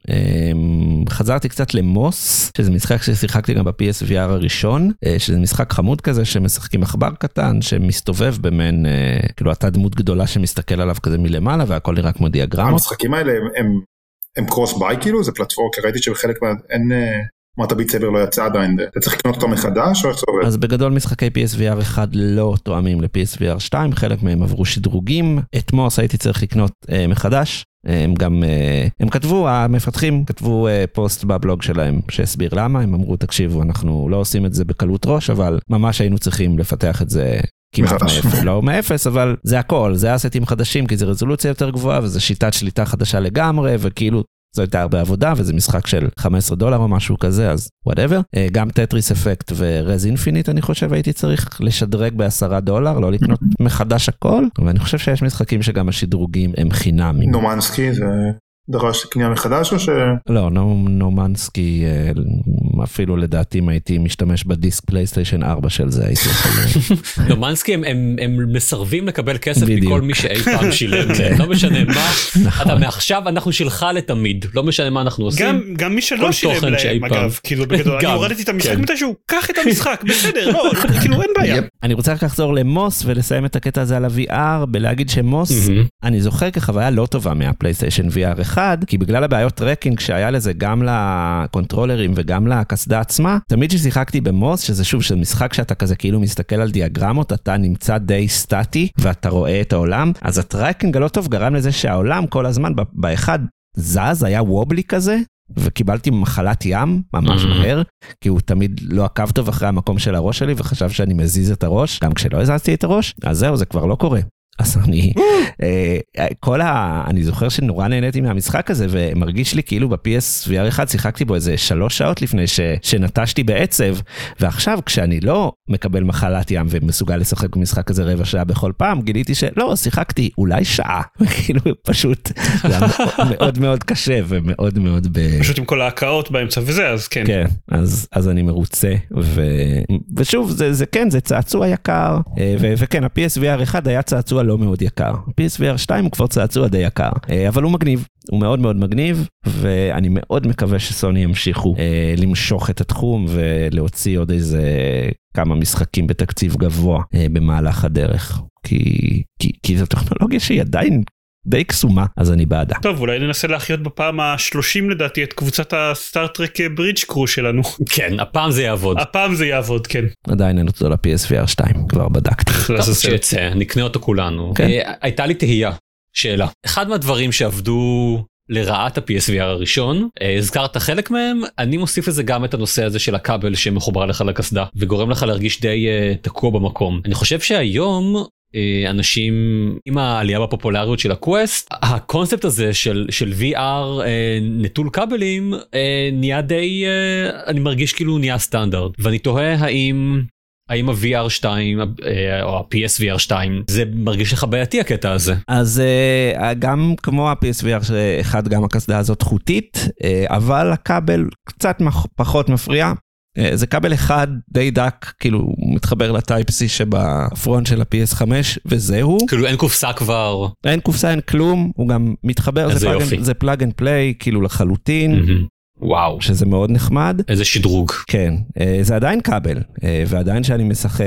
חזרתי קצת למוס, שזה משחק ששיחקתי גם ב-פי אס וי אר הראשון, שזה משחק חמוד כזה שמשחקים עכבר קטן, שמסתובב במין, כאילו אתה דמות גדולה שמסתכל עליו כזה מלמעלה, והכל נראה כמו דיאגרמות. המשחקים האלה הם, הם קרוס ביי כאילו? זה פלטפורמה, כי ראיתי שבחלק מה... אין... אמרת ביט סייבר לא יצא עדיין, אתה צריך לקנות אותו מחדש או איך זה עובד? אז בגדול משחקי פי אס וי אר אחד לא תואמים ל-פי אס וי אר שתיים, חלק מהם עברו שדרוגים, את מוס הייתי צריך לקנות אה, מחדש, הם גם, אה, הם כתבו, המפתחים כתבו אה, פוסט בבלוג שלהם שהסביר למה, הם אמרו תקשיבו אנחנו לא עושים את זה בקלות ראש, אבל ממש היינו צריכים לפתח את זה כמעט מאפס, לא מאפס, אבל זה הכל, זה אסטים חדשים, כי זה רזולוציה יותר גבוהה, וזה שיטת שליטה חדשה לגמרי, וכאילו זו הייתה הרבה עבודה, וזה משחק של חמישה עשר דולר או משהו כזה, אז whatever. גם טטריס אפקט ורז אינפיניט, אני חושב, הייתי צריך לשדרג בעשרה דולר, לא לקנות מחדש הכל, ואני חושב שיש משחקים שגם השדרוגים הם חינמים. נומנסקי זה דרש קנייה מחדש או ש... לא, נומנסקי, אפילו לדעתי אם הייתי משתמש בדיסק פלייסטיישן ארבע של זה, הייתי יכול... נומנסקי הם מסרבים לקבל כסף מכל מי שאי פעם שילם, לא משנה מה, אתה מעכשיו אנחנו שלך לתמיד, לא משנה מה אנחנו עושים. גם מי שלא שילם להם אגב, כאילו בגדול, אני הורדתי את המשחק מתישהו, קח את המשחק, בסדר, לא, כאילו אין בעיה. אני רוצה רק לחזור למוס ולסיים את הקטע הזה על ה-וי אר, בלהגיד שמוס, אני זוכר כחוויה לא טובה מהפלייסטיישן וי אר אחד, כי בגלל הבעיות טרקינג שהיה לזה גם לקונטרולרים וגם לקסדה עצמה, תמיד ששיחקתי במוס, שזה שוב של משחק שאתה כזה כאילו מסתכל על דיאגרמות, אתה נמצא די סטטי ואתה רואה את העולם, אז הטרקינג הלא טוב גרם לזה שהעולם כל הזמן באחד זז, היה וובלי כזה, וקיבלתי מחלת ים ממש מהר, כי הוא תמיד לא עקב טוב אחרי המקום של הראש שלי, וחשב שאני מזיז את הראש, גם כשלא הזזתי את הראש, אז זהו, זה כבר לא קורה. אז אני, כל ה... אני זוכר שנורא נהניתי מהמשחק הזה, ומרגיש לי כאילו ב-פי אס וי אר אחד שיחקתי בו איזה שלוש שעות לפני ש... שנטשתי בעצב, ועכשיו כשאני לא מקבל מחלת ים ומסוגל לשחק במשחק הזה רבע שעה בכל פעם, גיליתי שלא, שיחקתי אולי שעה, כאילו פשוט, זה היה מאוד מאוד קשה ומאוד מאוד ב... פשוט עם כל ההקאות באמצע וזה, אז כן. כן, אז, אז אני מרוצה, ו... ושוב, זה, זה כן, זה צעצוע יקר, ו... וכן, ה-פי אס וי אר אחד היה צעצוע לא מאוד יקר. פי אס וי אר שתיים הוא כבר צעצוע די יקר, אבל הוא מגניב, הוא מאוד מאוד מגניב, ואני מאוד מקווה שסוני ימשיכו אה, למשוך את התחום, ולהוציא עוד איזה כמה משחקים בתקציב גבוה אה, במהלך הדרך, כי, כי, כי זו טכנולוגיה שהיא עדיין די קסומה, אז אני בעדה. טוב, אולי ננסה להחיות בפעם ה-שלושים לדעתי את קבוצת הסטארטרק ברידג' קרו שלנו. כן, הפעם זה יעבוד. הפעם זה יעבוד, כן. עדיין אין אותו ל-פי אס וי אר שתיים, כבר בדקתי. טוב, שיצא, נקנה אותו כולנו. הייתה לי תהייה, שאלה. אחד מהדברים שעבדו לרעת ה-פי אס וי אר הראשון, הזכרת חלק מהם, אני מוסיף לזה גם את הנושא הזה של הכבל שמחובר לך לקסדה, וגורם לך להרגיש די תקוע במקום. אני חושב שהיום... אנשים עם העלייה בפופולריות של הקווסט, הקונספט הזה של, של וי אר נטול כבלים נהיה די, אני מרגיש כאילו נהיה סטנדרט, ואני תוהה האם האם ה-וי אר שתיים או ה-פי אס וי אר שתיים זה מרגיש לך בעייתי הקטע הזה? אז גם כמו ה-פי אס וי אר אחד, גם הקסדה הזאת חוטית, אבל הכבל קצת פחות מפריע. זה כבל אחד די דק, כאילו הוא מתחבר לטייפ-C שבפרונט של ה-פי אס חמש, וזהו. כאילו אין קופסה כבר. אין קופסה, אין כלום, הוא גם מתחבר, זה, פלאג, זה פלאג אנד פליי, כאילו לחלוטין. Mm-hmm. וואו. שזה מאוד נחמד. איזה שדרוג. כן, זה עדיין כבל, ועדיין שאני משחק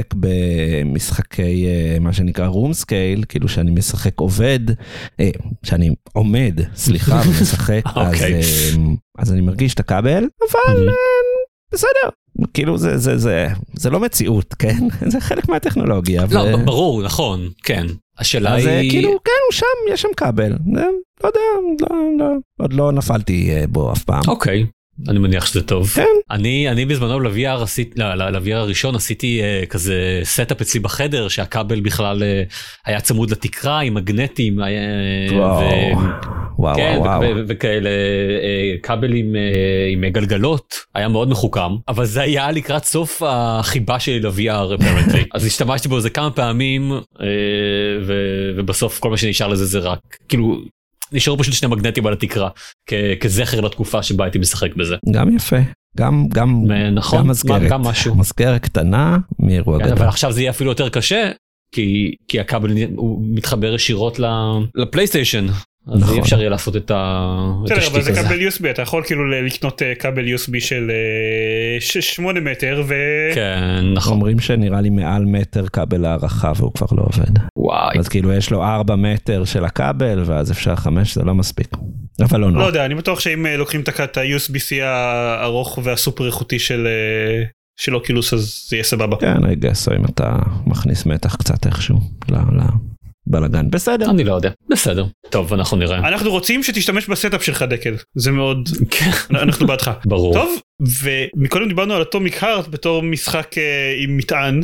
במשחקי, מה שנקרא רום סקייל, כאילו שאני משחק עובד, שאני עומד, סליחה, ומשחק, אז, אז אני מרגיש את הכבל, אבל... בסדר, כאילו זה, זה, זה, זה לא מציאות, כן? זה חלק מהטכנולוגיה. לא, ו... ברור, נכון, כן. השאלה אז היא... כאילו, כן, הוא שם, יש שם כבל. לא יודע, לא, לא, עוד לא נפלתי בו אף פעם. אוקיי. אני מניח שזה טוב. כן. אני, אני בזמנו ל-וי אר עשיתי, ל-וי אר הראשון עשיתי uh, כזה סטאפ אצלי בחדר, שהכבל בכלל uh, היה צמוד לתקרה עם מגנטים. וואו, ו... וואו, כן, וואו. ו- ו- וכאלה uh, כבלים uh, עם גלגלות, היה מאוד מחוכם, אבל זה היה לקראת סוף החיבה שלי ל-וי אר, apparently. אז השתמשתי בו זה כמה פעמים, uh, ו- ובסוף כל מה שנשאר לזה זה רק, כאילו, נשארו פשוט שני מגנטים על התקרה, כ- כזכר לתקופה שבה הייתי משחק בזה. גם יפה, גם, גם, נכון, גם מזכרת, גם משהו. מזכרת קטנה מאירוע גדול. אבל עכשיו זה יהיה אפילו יותר קשה, כי, כי הכבל הוא מתחבר ישירות לפלייסטיישן. אז נכון. אי אפשר יהיה לעשות את בסדר, השטיק אבל זה הזה. כבל יו אס בי, אתה יכול כאילו לקנות כבל יו אס בי של שמונה מטר ו... כן, נכון. אומרים שנראה לי מעל מטר כבל הערכה והוא כבר לא עובד. וואי. אז כאילו יש לו ארבע מטר של הכבל ואז אפשר חמש, זה לא מספיק. אבל לא נורא. לא יודע, אני בטוח שאם לוקחים את ה-יו אס בי סי הארוך והסופר איכותי של... של אוקילוס אז זה יהיה סבבה. כן, I guess, אם אתה מכניס מתח קצת איכשהו לבלגן. בסדר. אני לא יודע. בסדר. טוב, אנחנו נראה. אנחנו רוצים שתשתמש בסטאפ שלך דקל. זה מאוד... אנחנו בעדך. ברור. טוב, ומקודם דיברנו על אטומיק הארט בתור משחק עם מטען.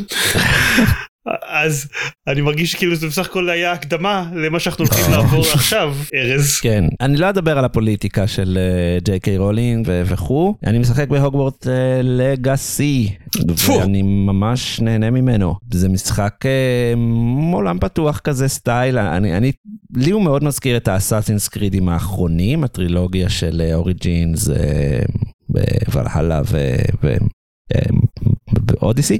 אז אני מרגיש כאילו זה בסך הכל היה הקדמה למה שאנחנו הולכים לעבור עכשיו, ארז. כן, אני לא אדבר על הפוליטיקה של ג'יי קיי רולינג וכו', אני משחק בהוגוורטס לגאסי, ואני ממש נהנה ממנו. זה משחק עולם פתוח כזה סטייל, אני, אני, לי הוא מאוד מזכיר את האסאסינס קרידים האחרונים, הטרילוגיה של אוריג'ינס, ולהלה ו... באודיסי,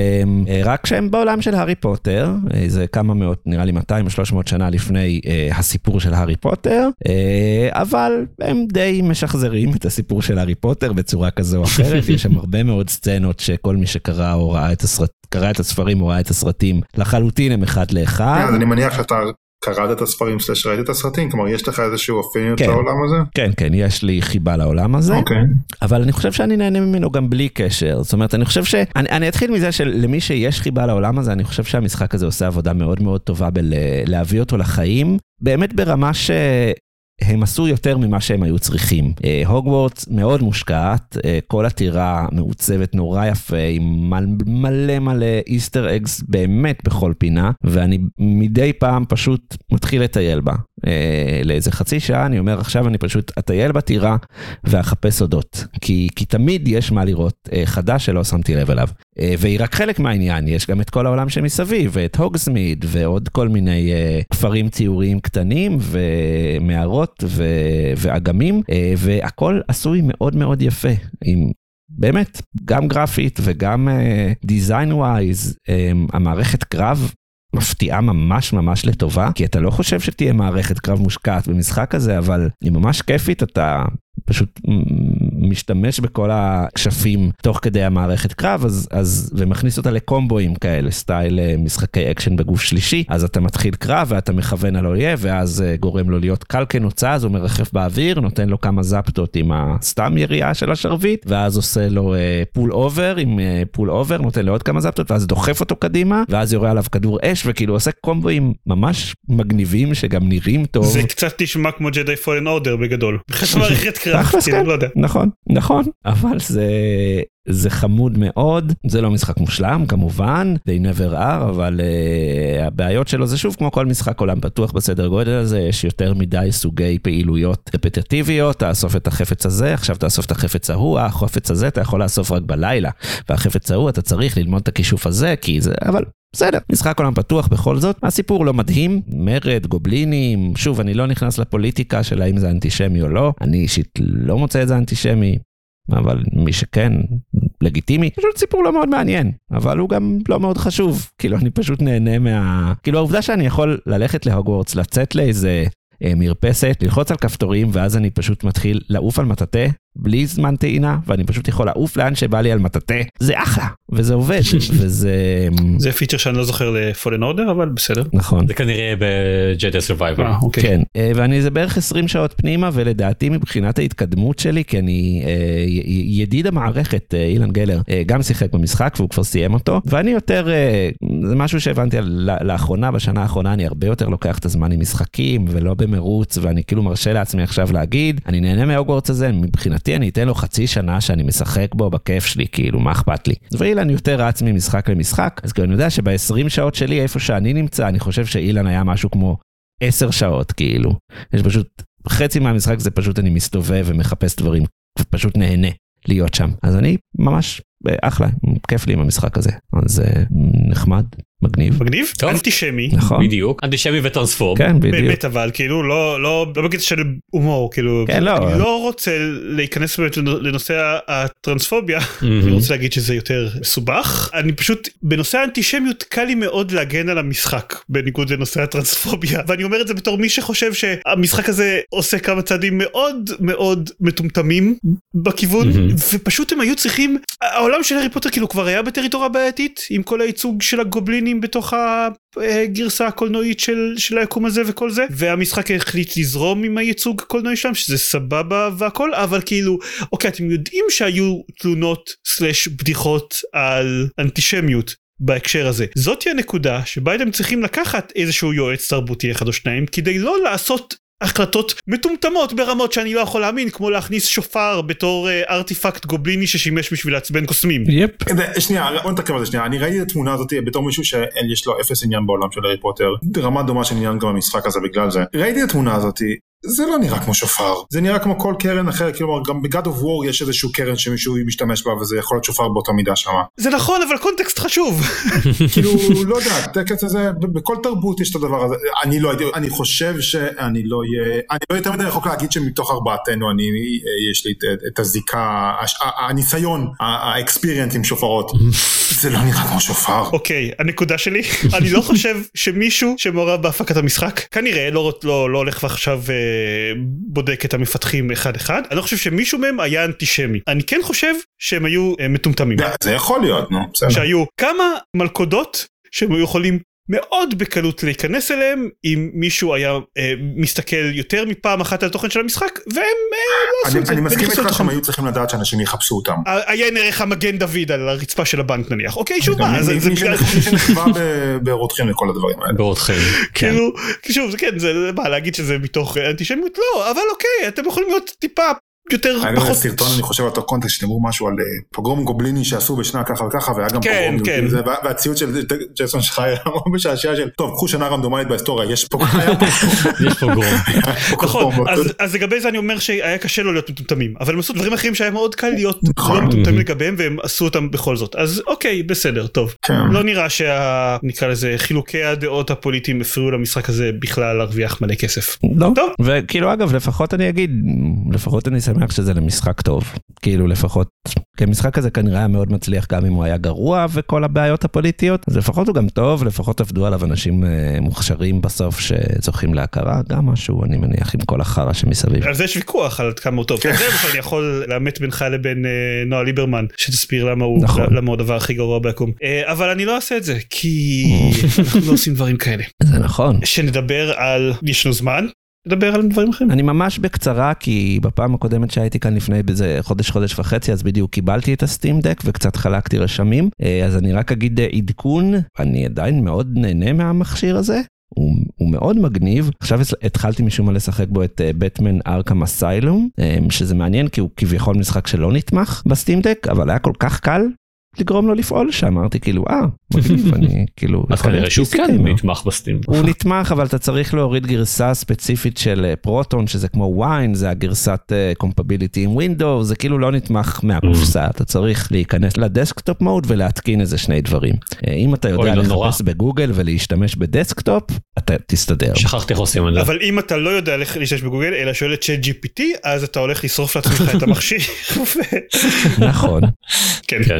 ורק שהם בעולם של הארי פוטר, זה כמה מאות, נראה לי מאתיים או שלוש מאות שנה לפני הסיפור של הארי פוטר, אבל הם די משחזרים את הסיפור של הארי פוטר בצורה כזו או אחרת, יש שם הרבה מאוד סצנות שכל מי שקרא או ראה את הסרט, קרא את הספרים או ראה את הסרטים, לחלוטין הם אחד לאחד. אז אני מניח שאתה קראת את הספרים סלש ראית את הסרטים, כלומר יש לך איזשהו אופיניות לעולם הזה? כן, כן, יש לי חיבה לעולם הזה, אבל אני חושב שאני נהנה ממנו גם בלי קשר, זאת אומרת, אני חושב ש... אני אתחיל מזה שלמי שיש חיבה לעולם הזה, אני חושב שהמשחק הזה עושה עבודה מאוד מאוד טובה בלהביא אותו לחיים, באמת ברמה ש... הם עשו יותר ממה שהם היו צריכים. הוגוורטס מאוד מושקעת, כל הטירה מעוצבת נורא יפה, עם מלא מלא איסטר אגס באמת בכל פינה, ואני מדי פעם פשוט מתחיל לטייל בה. לאיזה חצי שעה אני אומר, עכשיו אני פשוט אטייל בטירה ואחפש סודות, כי, כי תמיד יש מה לראות חדש שלא שמתי לב אליו. והיא רק חלק מהעניין, יש גם את כל העולם שמסביב, ואת הוגסמיד, ועוד כל מיני כפרים ציוריים קטנים, ומערות ו- ואגמים, והכל עשוי מאוד מאוד יפה, עם באמת, גם גרפית וגם דיזיין ווייז, המערכת קרב, מפתיעה ממש ממש לטובה, כי אתה לא חושב שתהיה מערכת קרב מושקעת במשחק הזה, אבל היא ממש כיפית, אתה פשוט משתמש בכל הקשפים תוך כדי המערכת קרב, אז, אז, ומכניס אותה לקומבואים כאלה, סטייל משחקי אקשן בגוף שלישי, אז אתה מתחיל קרב ואתה מכוון על אויב, ואז גורם לו להיות קל כנוצה, אז הוא מרחף באוויר, נותן לו כמה זפטות עם הסתם יריעה של השרביט, ואז עושה לו פול אובר, עם פול אובר, נותן לו עוד כמה זפטות, ואז דוחף אותו קדימה, ואז יורה עליו כדור אש, וכאילו עושה קומבואים ממש מגניבים, שגם נראים טוב. זה קצת נשמע כמו ג'די פולן אורדר בגדול. בכלל מערכת קרב. נכון, נכון, אבל זה, זה חמוד מאוד, זה לא משחק מושלם כמובן, they never are, אבל uh, הבעיות שלו זה שוב כמו כל משחק עולם פתוח בסדר גודל הזה, יש יותר מדי סוגי פעילויות רפטטיביות, תאסוף את החפץ הזה, עכשיו תאסוף את החפץ ההוא, החפץ הזה אתה יכול לאסוף רק בלילה, והחפץ ההוא אתה צריך ללמוד את הכישוף הזה, כי זה, אבל... בסדר, משחק עולם פתוח בכל זאת, הסיפור לא מדהים, מרד, גובלינים, שוב, אני לא נכנס לפוליטיקה של האם זה אנטישמי או לא, אני אישית לא מוצא את זה אנטישמי, אבל מי שכן, לגיטימי, פשוט סיפור לא מאוד מעניין, אבל הוא גם לא מאוד חשוב, כאילו אני פשוט נהנה מה... כאילו העובדה שאני יכול ללכת להוגוורטס, לצאת לאיזה... מרפסת, ללחוץ על כפתורים, ואז אני פשוט מתחיל לעוף על מטאטה, בלי זמן טעינה, ואני פשוט יכול לעוף לאן שבא לי על מטאטה, זה אחלה, וזה עובד, וזה... זה פיצ'ר שאני לא זוכר ל-Fallen Order, אבל בסדר. נכון. זה כנראה ב-Jedi Survivor. אה, אוקיי. כן, ואני זה בערך עשרים שעות פנימה, ולדעתי מבחינת ההתקדמות שלי, כי אני ידיד המערכת, אילן גלר, גם שיחק במשחק, והוא כבר סיים אותו, ואני יותר, זה משהו שהבנתי לאחרונה, בשנה האחרונה אני הרבה יותר לוקח את הזמן עם משחקים, ולא במרוץ, ואני כאילו מרשה לעצמי עכשיו להגיד, אני נהנה מהוגוורטס הזה, מבחינתי אני אתן לו חצי שנה שאני משחק בו בכיף שלי, כאילו, מה אכפת לי? ואילן יותר רץ ממשחק למשחק, אז אני יודע שב-עשרים שעות שלי, איפה שאני נמצא, אני חושב שאילן היה משהו כמו עשר שעות, כאילו. יש פשוט, חצי מהמשחק זה פשוט אני מסתובב ומחפש דברים, ופשוט נהנה להיות שם. אז אני ממש אחלה, כיף לי עם המשחק הזה. אז נחמד, מגניב. מגניב? אנטישמי. נכון. בדיוק. אנטישמי וטרנספורם. כן, בדיוק. באמת אבל, כאילו, לא, לא, לא בקטע של הומור, כאילו, כן, לא. אני לא רוצה להיכנס באמת לנושא הטרנספוביה, אני רוצה להגיד שזה יותר מסובך. אני פשוט, בנושא האנטישמיות, קל לי מאוד להגן על המשחק, בניגוד לנושא הטרנספוביה, ואני אומר את זה בתור מי שחושב שהמשחק הזה עושה כמה צעדים מאוד מאוד מטומטמים בכיוון, ופשוט הם היו צריכים, העולם של הארי פוטר כאילו כבר היה בטריטוריה בעייתית, עם כל הייצוג של הגובלינים בתוך הגרסה הקולנועית של, של היקום הזה וכל זה, והמשחק החליט לזרום עם הייצוג הקולנועי שלהם, שזה סבבה והכל, אבל כאילו, אוקיי, אתם יודעים שהיו תלונות סלש בדיחות על אנטישמיות בהקשר הזה. זאת היא הנקודה שבה אתם צריכים לקחת איזשהו יועץ תרבותי אחד או שניים, כדי לא לעשות החלטות מטומטמות ברמות שאני לא יכול להאמין, כמו להכניס שופר בתור ארטיפקט גובליני ששימש בשביל לעצבן קוסמים. יפ. שנייה, בוא נתקרב על זה שנייה. אני ראיתי את התמונה הזאת בתור מישהו שיש לו אפס עניין בעולם של הארי פוטר, רמה דומה של עניין גם במשחק הזה בגלל זה. ראיתי את התמונה הזאת, זה לא נראה כמו שופר, זה נראה כמו כל קרן אחר, כאילו גם ב-God of War יש איזשהו קרן שמישהו משתמש בה, וזה יכול להיות שופר באותה מידה שמה. זה נכון, אבל קונטקסט חשוב. כאילו, לא יודע, טקסט הזה, בכל תרבות יש את הדבר הזה, אני לא יודע, אני חושב שאני לא יהיה, אני לא יותר מדי רחוק להגיד שמתוך ארבעתנו, אני, יש לי את הזיקה, הניסיון, האקספיריאנס עם שופרות, זה לא נראה כמו שופר. אוקיי, הנקודה שלי, אני לא חושב שמישהו שמעורב בהפקת המשחק, כנראה לא הולך ועכשיו בודק את המפתחים אחד אחד, אני לא חושב שמישהו מהם היה אנטישמי, אני כן חושב שהם היו מטומטמים. זה יכול להיות, נו. שהיו כמה מלכודות שהם היו יכולים מאוד בקלות להיכנס אליהם, אם מישהו היה אה, מסתכל יותר מפעם אחת על התוכן של המשחק, והם אה, לא עשו את זה. אני מסכים איתך שהם היו צריכים לדעת שאנשים יחפשו אותם. היה נערך המגן דוד על הרצפה של הבנק נניח, אוקיי, שוב מה, זה בגלל... מי שנחווה ברותחים לכל הדברים האלה. ברותחים. כאילו, שוב, זה כן, זה מה, להגיד שזה מתוך אנטישמיות? לא, אבל אוקיי, אתם יכולים להיות טיפה יותר פחות. היה סרטון, אני חושב על אותו קונטקסט, שתאמרו משהו על פוגרום גובליני שעשו בשנה ככה וככה, והיה גם פוגרום, והציוד של ג'ייסון שחייר, מאוד משעשע של, טוב, קחו שנה רנדומלית בהיסטוריה, יש פוגרום. נכון, אז לגבי זה אני אומר שהיה קשה לו להיות מטומטמים, אבל הם עשו דברים אחרים שהיה מאוד קל להיות לא מטומטמים לגביהם, והם עשו אותם בכל זאת. אז אוקיי, בסדר, טוב. לא נראה שנקרא לזה חילוקי הדעות הפוליטיים הפריעו למשחק הזה בכלל להרוויח מלא כסף. לא, וכאילו אגב, לפחות אני אגיד, לפחות אני שמח שזה למשחק טוב, כאילו לפחות, כי המשחק הזה כנראה היה מאוד מצליח גם אם הוא היה גרוע וכל הבעיות הפוליטיות, אז לפחות הוא גם טוב, לפחות עבדו עליו אנשים מוכשרים בסוף שזוכים להכרה, גם משהו אני מניח עם כל החרא שמסביב. על זה יש ויכוח על כמה הוא טוב, זה בכלל אני יכול לאמת בינך לבין נועה ליברמן, שתסביר למה הוא הדבר הכי גרוע ביקום, אבל אני לא אעשה את זה, כי אנחנו לא עושים דברים כאלה. זה נכון. שנדבר על, ישנו זמן, לדבר על דברים אחרים. אני ממש בקצרה, כי בפעם הקודמת שהייתי כאן לפני בזה חודש, חודש וחצי, אז בדיוק קיבלתי את הסטים דק וקצת חלקתי רשמים, אז אני רק אגיד עדכון, אני עדיין מאוד נהנה מהמכשיר הזה, הוא, הוא מאוד מגניב. עכשיו התחלתי משום מה לשחק בו את בטמן ארכם אסיילום, שזה מעניין כי הוא כביכול משחק שלא נתמך בסטים דק, אבל היה כל כך קל לגרום לו לפעול שם, אמרתי כאילו, אה, מגניב, אני כאילו... אז כנראה שהוא כן נתמך בסטים. הוא נתמך, אבל אתה צריך להוריד גרסה ספציפית של פרוטון, שזה כמו וויין, זה הגרסת compatibility עם ווינדוס, זה כאילו לא נתמך מהקופסה, אתה צריך להיכנס לדסקטופ מוד ולהתקין איזה שני דברים. אם אתה יודע לחפש בגוגל ולהשתמש בדסקטופ, אתה תסתדר. שכחתי איך עושים את זה. אבל אם אתה לא יודע להשתמש בגוגל, אלא שואל את צ'אט ג'י פי טי, אז אתה הולך לשרוף לעצמך את המכשיר. נכון. כן. תראה, אני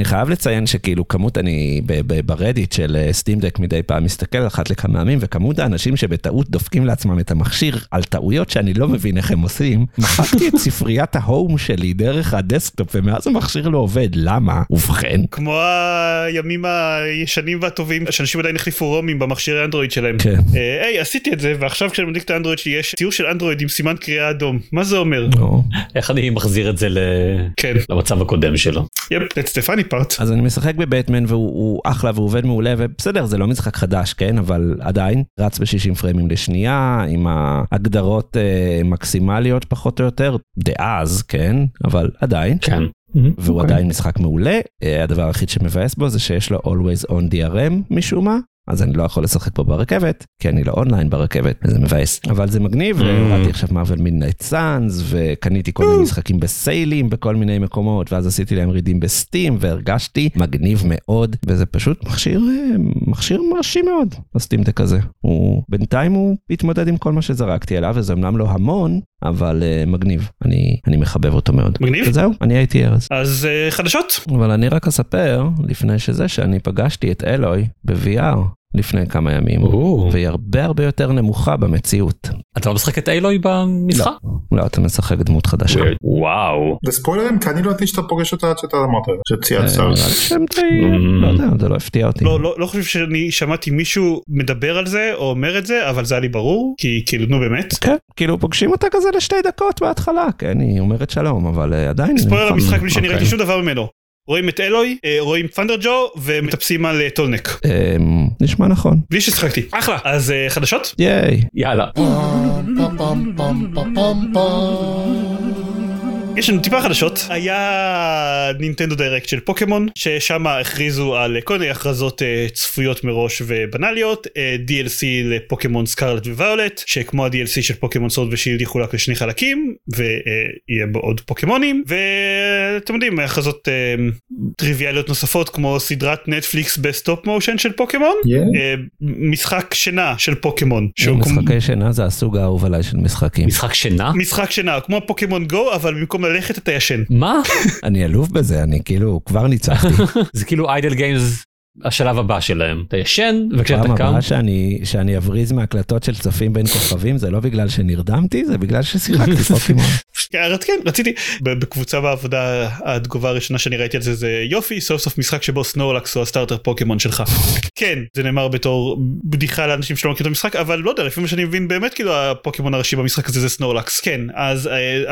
חייב לציין שכאילו כמות אני ברדיט של סטים דק מדי פעם מסתכל אחת לכמה ימים, וכמות האנשים שבטעות דופקים לעצמם את המכשיר על טעויות שאני לא מבין איך הם עושים, מחקתי את ספריית ההום שלי דרך הדסקטופ, ומאז המכשיר לא עובד. למה? ובכן. כמו הימים הישנים והטובים, שאנשים עדיין החליפו רומים במכשירי אנדרואיד שלהם. כן. היי, עשיתי את זה, ועכשיו כשאני מדליק את האנדרואיד שלי, יש ציור של אנדרואיד עם סימן קריאה אדום. מה זה אומר? איך אני מחזיר את זה למצב הקודם שלו? יפ, let's the funny part. אז אני משחק בבטמן והוא אחלה והוא עובד מעולה, ובסדר, זה לא משחק חדש, כן? אבל עדיין רץ ב-שישים פריימים לשנייה, עם ההגדרות מקסימליות פחות או יותר, דאז, כן? אבל עדיין. כן. והוא עדיין משחק מעולה. הדבר היחיד שמבאס בו זה שיש לו always on די אר אם משום מה, אז אני לא יכול לשחק פה ברכבת, כי אני לא אונליין ברכבת, וזה מבאס. אבל זה מגניב, וראיתי עכשיו מארוול מידנייט סאנס, וקניתי כל מיני משחקים בסיילים בכל מיני מקומות, ואז עשיתי להם רידים בסטים, והרגשתי מגניב מאוד, וזה פשוט מכשיר, מכשיר מרשים מאוד, הסטים דק הזה. הוא, בינתיים הוא התמודד עם כל מה שזרקתי אליו, וזה אמנם לא המון, אבל uh, מגניב, אני, אני מחבב אותו מאוד. מגניב? וזהו, אני הייתי ארז. אז uh, חדשות? אבל אני רק אספר, לפני שזה, שאני פגשתי את אלוי ב-וי אר לפני כמה ימים, והיא הרבה הרבה יותר נמוכה במציאות. אתה לא משחק את אלוי במשחק? לא, לא, אתה משחק דמות חדשה. וואו. זה ספוילרים, כי אני לא יודעתי שאתה פוגש אותה עד שאתה אמרת, שציינת סארס. לא יודע, זה לא הפתיע אותי. לא, לא חושב שאני שמעתי מישהו מדבר על זה, או אומר את זה, אבל זה היה לי ברור, כי כאילו, נו באמת. כן, כאילו פוגשים אותה כזה לשתי דקות בהתחלה, כן, היא אומרת שלום, אבל עדיין... ספוילר המשחק בלי שאני ראיתי שום דבר ממנו. רואים את אלוי, רואים פנדר ג'ו, ומטפסים על טולנק. נשמע נכון. בלי ששחקתי. אחלה. אז חדשות? ייי. יאללה. יש לנו טיפה חדשות. היה נינטנדו דיירקט של פוקימון, ששם הכריזו על כל מיני הכרזות צפויות מראש ובנליות, די אל סי לפוקימון סקרלט וויולט, שכמו ה-די אל סי של פוקימון סורד ושילד יחולק לשני חלקים, ויהיה בו עוד פוקימונים, ואתם יודעים, הכרזות טריוויאליות נוספות, כמו סדרת נטפליקס בסטופ מושן של פוקימון, משחק שינה של פוקימון. משחקי שינה זה הסוג האהוב עליי של משחקים. משחק שינה? משחק שינה, כמו פוקימון גו, אבל במקום ללכת אתה ישן. מה? אני אלוף בזה, אני כאילו כבר ניצחתי. זה כאילו איידל גיימס השלב הבא שלהם. אתה ישן, וכשאתה קם... פעם הבאה שאני, שאני אבריז מהקלטות של צופים בין כוכבים, זה לא בגלל שנרדמתי, זה בגלל ששיחקתי פוקימון. כן, רציתי. בקבוצה בעבודה, התגובה הראשונה שאני ראיתי על זה, זה יופי, סוף סוף משחק שבו סנורלקס הוא הסטארטר פוקימון שלך. כן, זה נאמר בתור בדיחה לאנשים שלא מכירים את המשחק, אבל לא יודע, לפי מה שאני מבין, באמת כאילו הפוקימון הראשי במשחק הזה זה סנורלקס. כן, אז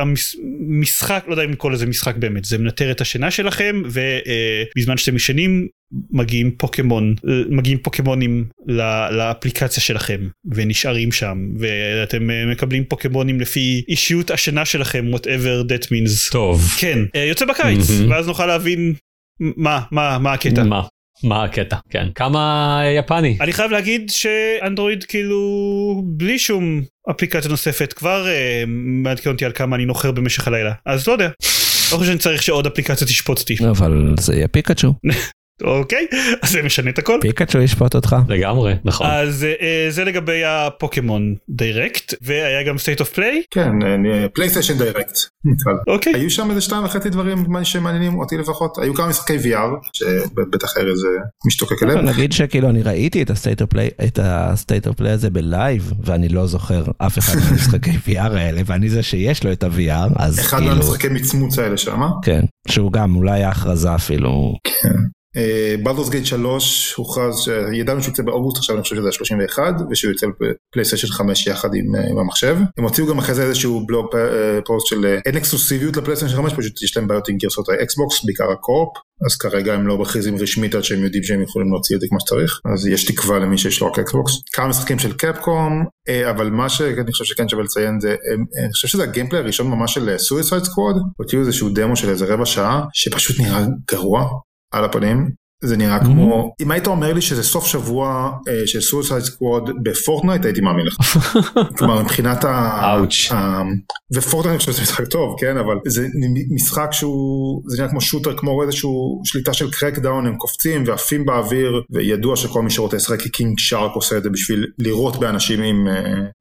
המשחק, לא יודע אם כל איזה משחק באמת, זה מנטר את השינה שלכם, ובזמן שאתם ישנים, מגיעים פוקימון, מגיעים פוקימונים לאפליקציה שלכם, ונשארים שם, ואתם מקבלים פוקימונים לפי אישיות השינה שלכם, whatever that means. טוב. כן, יוצא בקיץ, ואז נוכל להבין מה, מה, מה הקטע. מה? מה הקטע? כן. כמה יפני? אני חייב להגיד שאנדרואיד כאילו בלי שום אפליקציה נוספת, כבר מעדכן אותי על כמה אני נוחר במשך הלילה, אז לא יודע. לא חושב שאני צריך שעוד אפליקציה תשפוט אותי. אבל זה יהיה פיקאצ'ו. אוקיי, אז זה משנה את הכל. פיקאצ'ו ישפוט אותך. לגמרי, נכון. אז זה לגבי הפוקימון דיירקט, והיה גם סטייט אוף פליי? כן, פלייסטיישן דיירקט. אוקיי. היו שם איזה שתיים וחצי דברים שמעניינים אותי לפחות, היו כמה משחקי וי אר, שבטח ארז משתוקק אליהם. נגיד שכאילו אני ראיתי את הסטייט אוף פליי, את הסטייט אוף פליי הזה בלייב, ואני לא זוכר אף אחד מהמשחקי וי אר האלה, ואני זה שיש לו את ה-וי אר, אז אחד מהמשחקי מצמוץ האלה שם. כן, שהוא גם אולי ההכרזה אפילו. כן. בלדורס גייט שלוש הוכרז שידענו שהוא יוצא באוגוסט, עכשיו אני חושב שזה ה-שלושים ואחד, ושהוא יוצא בפלייסטיישן חמש יחד עם המחשב. הם הוציאו גם אחרי זה איזשהו בלוג פוסט של אין אקסקלוסיביות לפלייסטיישן חמש, פשוט יש להם בעיות עם גרסות האקסבוקס, בעיקר הקורפ, אז כרגע הם לא מכריזים רשמית עד שהם יודעים שהם יכולים להוציא את זה כמו שצריך, אז יש תקווה למי שיש לו רק אקסבוקס. כמה משחקים של קפקום, אבל מה שאני חושב שכן שווה לציין זה, אני חושב שזה הגיימפליי הראשון ממש של Suicide Squad, הוציאו איזשהו דמו של איזה רבע שעה, שפשוט נראה גרוע על הפנים. זה נראה כמו, אם היית אומר לי שזה סוף שבוע של Suicide Squad בפורטנייט, הייתי מאמין לך. כלומר, מבחינת ה... ופורטנייט אני חושב שזה משחק טוב, כן? אבל זה משחק שהוא, זה נראה כמו שוטר, כמו איזשהו שליטה של קרקדאון, הם קופצים ועפים באוויר, וידוע שכל מי שרוצה לשחק קינג שרק עושה את זה בשביל לראות באנשים עם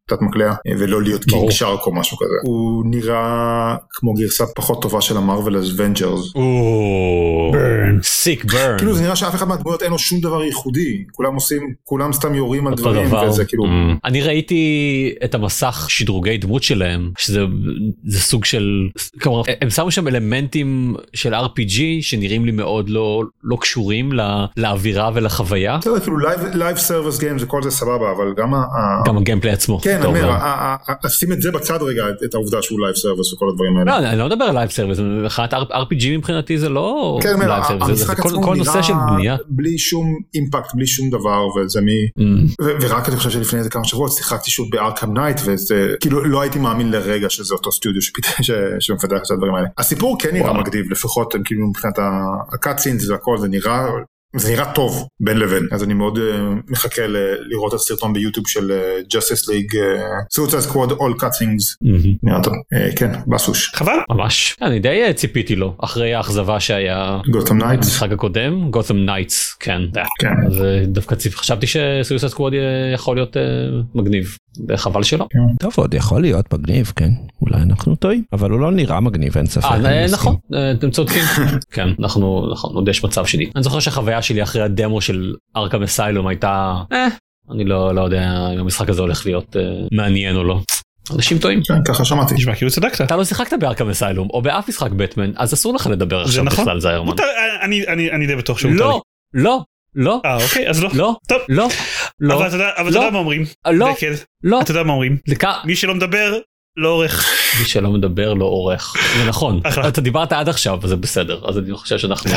תת מקלע, ולא להיות קינג שרק או משהו כזה. הוא נראה כמו גרסה פחות טובה של המרוולס ונג'רס. ברן. סיק ברן. כאילו זה נראה שאף אחד מהדמויות אין לו שום דבר ייחודי. כולם עושים, כולם סתם יורים על דברים, וזה כאילו... אני ראיתי את המסך שדרוגי דמות שלהם, שזה סוג של... כלומר, הם שמו שם אלמנטים של אר פי ג'י, שנראים לי מאוד לא קשורים לאווירה ולחוויה. בסדר, כאילו לייב סרוויס גיימס וכל זה סבבה, אבל גם ה... גם הגיימפלייט עצמו. כן, אני אומר, שים את זה בצד רגע, את העובדה שהוא לייב סרוויס וכל הדברים האלה. לא, אני לא מדבר על לייב סרוויס, מבחינת אר פי ג'י מבחינתי זה לא לייב סרוויס, זה כל נושא של בנייה. בלי שום אימפקט, בלי שום דבר, וזה מי... ורק אני חושב שלפני איזה כמה שבועות, שיחקתי שוב בארקם נייט, וזה, כאילו לא הייתי מאמין לרגע שזה אותו סטודיו שמפתח את הדברים האלה. הסיפור כן נראה מגניב, לפחות כאילו מבחינת הקאטסינס והכל, זה נראה... זה נראה טוב בין לבין, אז אני מאוד מחכה לראות את הסרטון ביוטיוב של Justice League Suicide Squad All Cutscenes. נראה טוב. כן, בסוש. חבל? ממש. אני די ציפיתי לו, אחרי האכזבה שהיה... Gotham Knights. המשחק הקודם, Gotham Knights, כן. אז דווקא חשבתי ש-Suicide Squad יכול להיות מגניב, וחבל שלא. טוב, עוד יכול להיות מגניב, כן. אולי אנחנו טועים, אבל הוא לא נראה מגניב, אין ספק. נכון, אתם צודקים. כן, אנחנו, עוד יש מצב שלי. אני זוכר שהחוויה שלי אחרי הדמו של ארקם אסיילום הייתה, אה, אני לא, לא יודע אם המשחק הזה הולך להיות אה, מעניין או לא. אנשים טועים. כן, ככה שמעתי. נשמע כאילו צדקת. אתה לא שיחקת בארקם אסיילום או באף משחק בטמן, אז אסור לך לדבר עכשיו בכלל זיירמן. אני די בטוח שהוא לא, לא, לא. אה, אוקיי, אז לא. לא, טוב. לא, לא. אבל אתה יודע מה אומרים? לא, לא. אתה יודע מה אומרים? מי שלא מדבר, לא עורך. מי שלא מדבר לא עורך. זה נכון. אתה דיברת עד עכשיו, זה בסדר. אז אני חושב שאנחנו...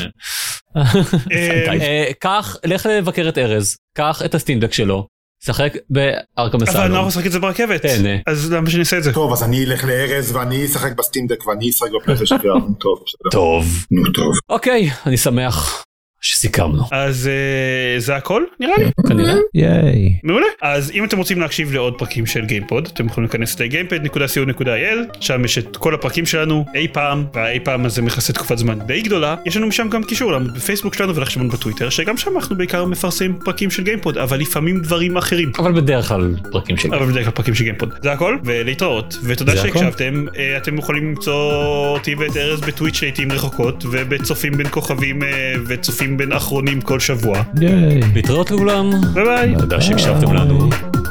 קח, לך לבקר את ארז, קח את הסטינדק שלו, שחק בארקם אסיילום. אבל אני לא יכול לשחק את זה ברכבת. אז למה שאני אעשה את זה? טוב, אז אני אלך לארז ואני אשחק בסטינדק ואני אשחק בפלייסטיישן. טוב, בסדר. טוב. נו, טוב. אוקיי, אני שמח. שסיכמנו. אז זה הכל נראה לי. כנראה. ייי. מעולה. אז אם אתם רוצים להקשיב לעוד פרקים של גיימפוד, אתם יכולים להיכנס ל-גיימפד נקודה סי או נקודה איי אל, שם יש את כל הפרקים שלנו אי פעם, והאי פעם הזה מכסה תקופת זמן די גדולה. יש לנו משם גם קישור בפייסבוק שלנו ולחשבון בטוויטר, שגם שם אנחנו בעיקר מפרסמים פרקים של גיימפוד, אבל לפעמים דברים אחרים. אבל בדרך כלל פרקים של אבל בדרך כלל פרקים של גיימפוד. זה הכל, ולהתראות, ותודה שהקשבתם. אתם יכולים למצוא אותי ואת ארז בטוויץ' לעתים רחוקות, ובצופים בין כוכבים וצופים בין אחרונים כל שבוע. להתראות לכולם. ביי ביי. תודה שהקשבתם לנו.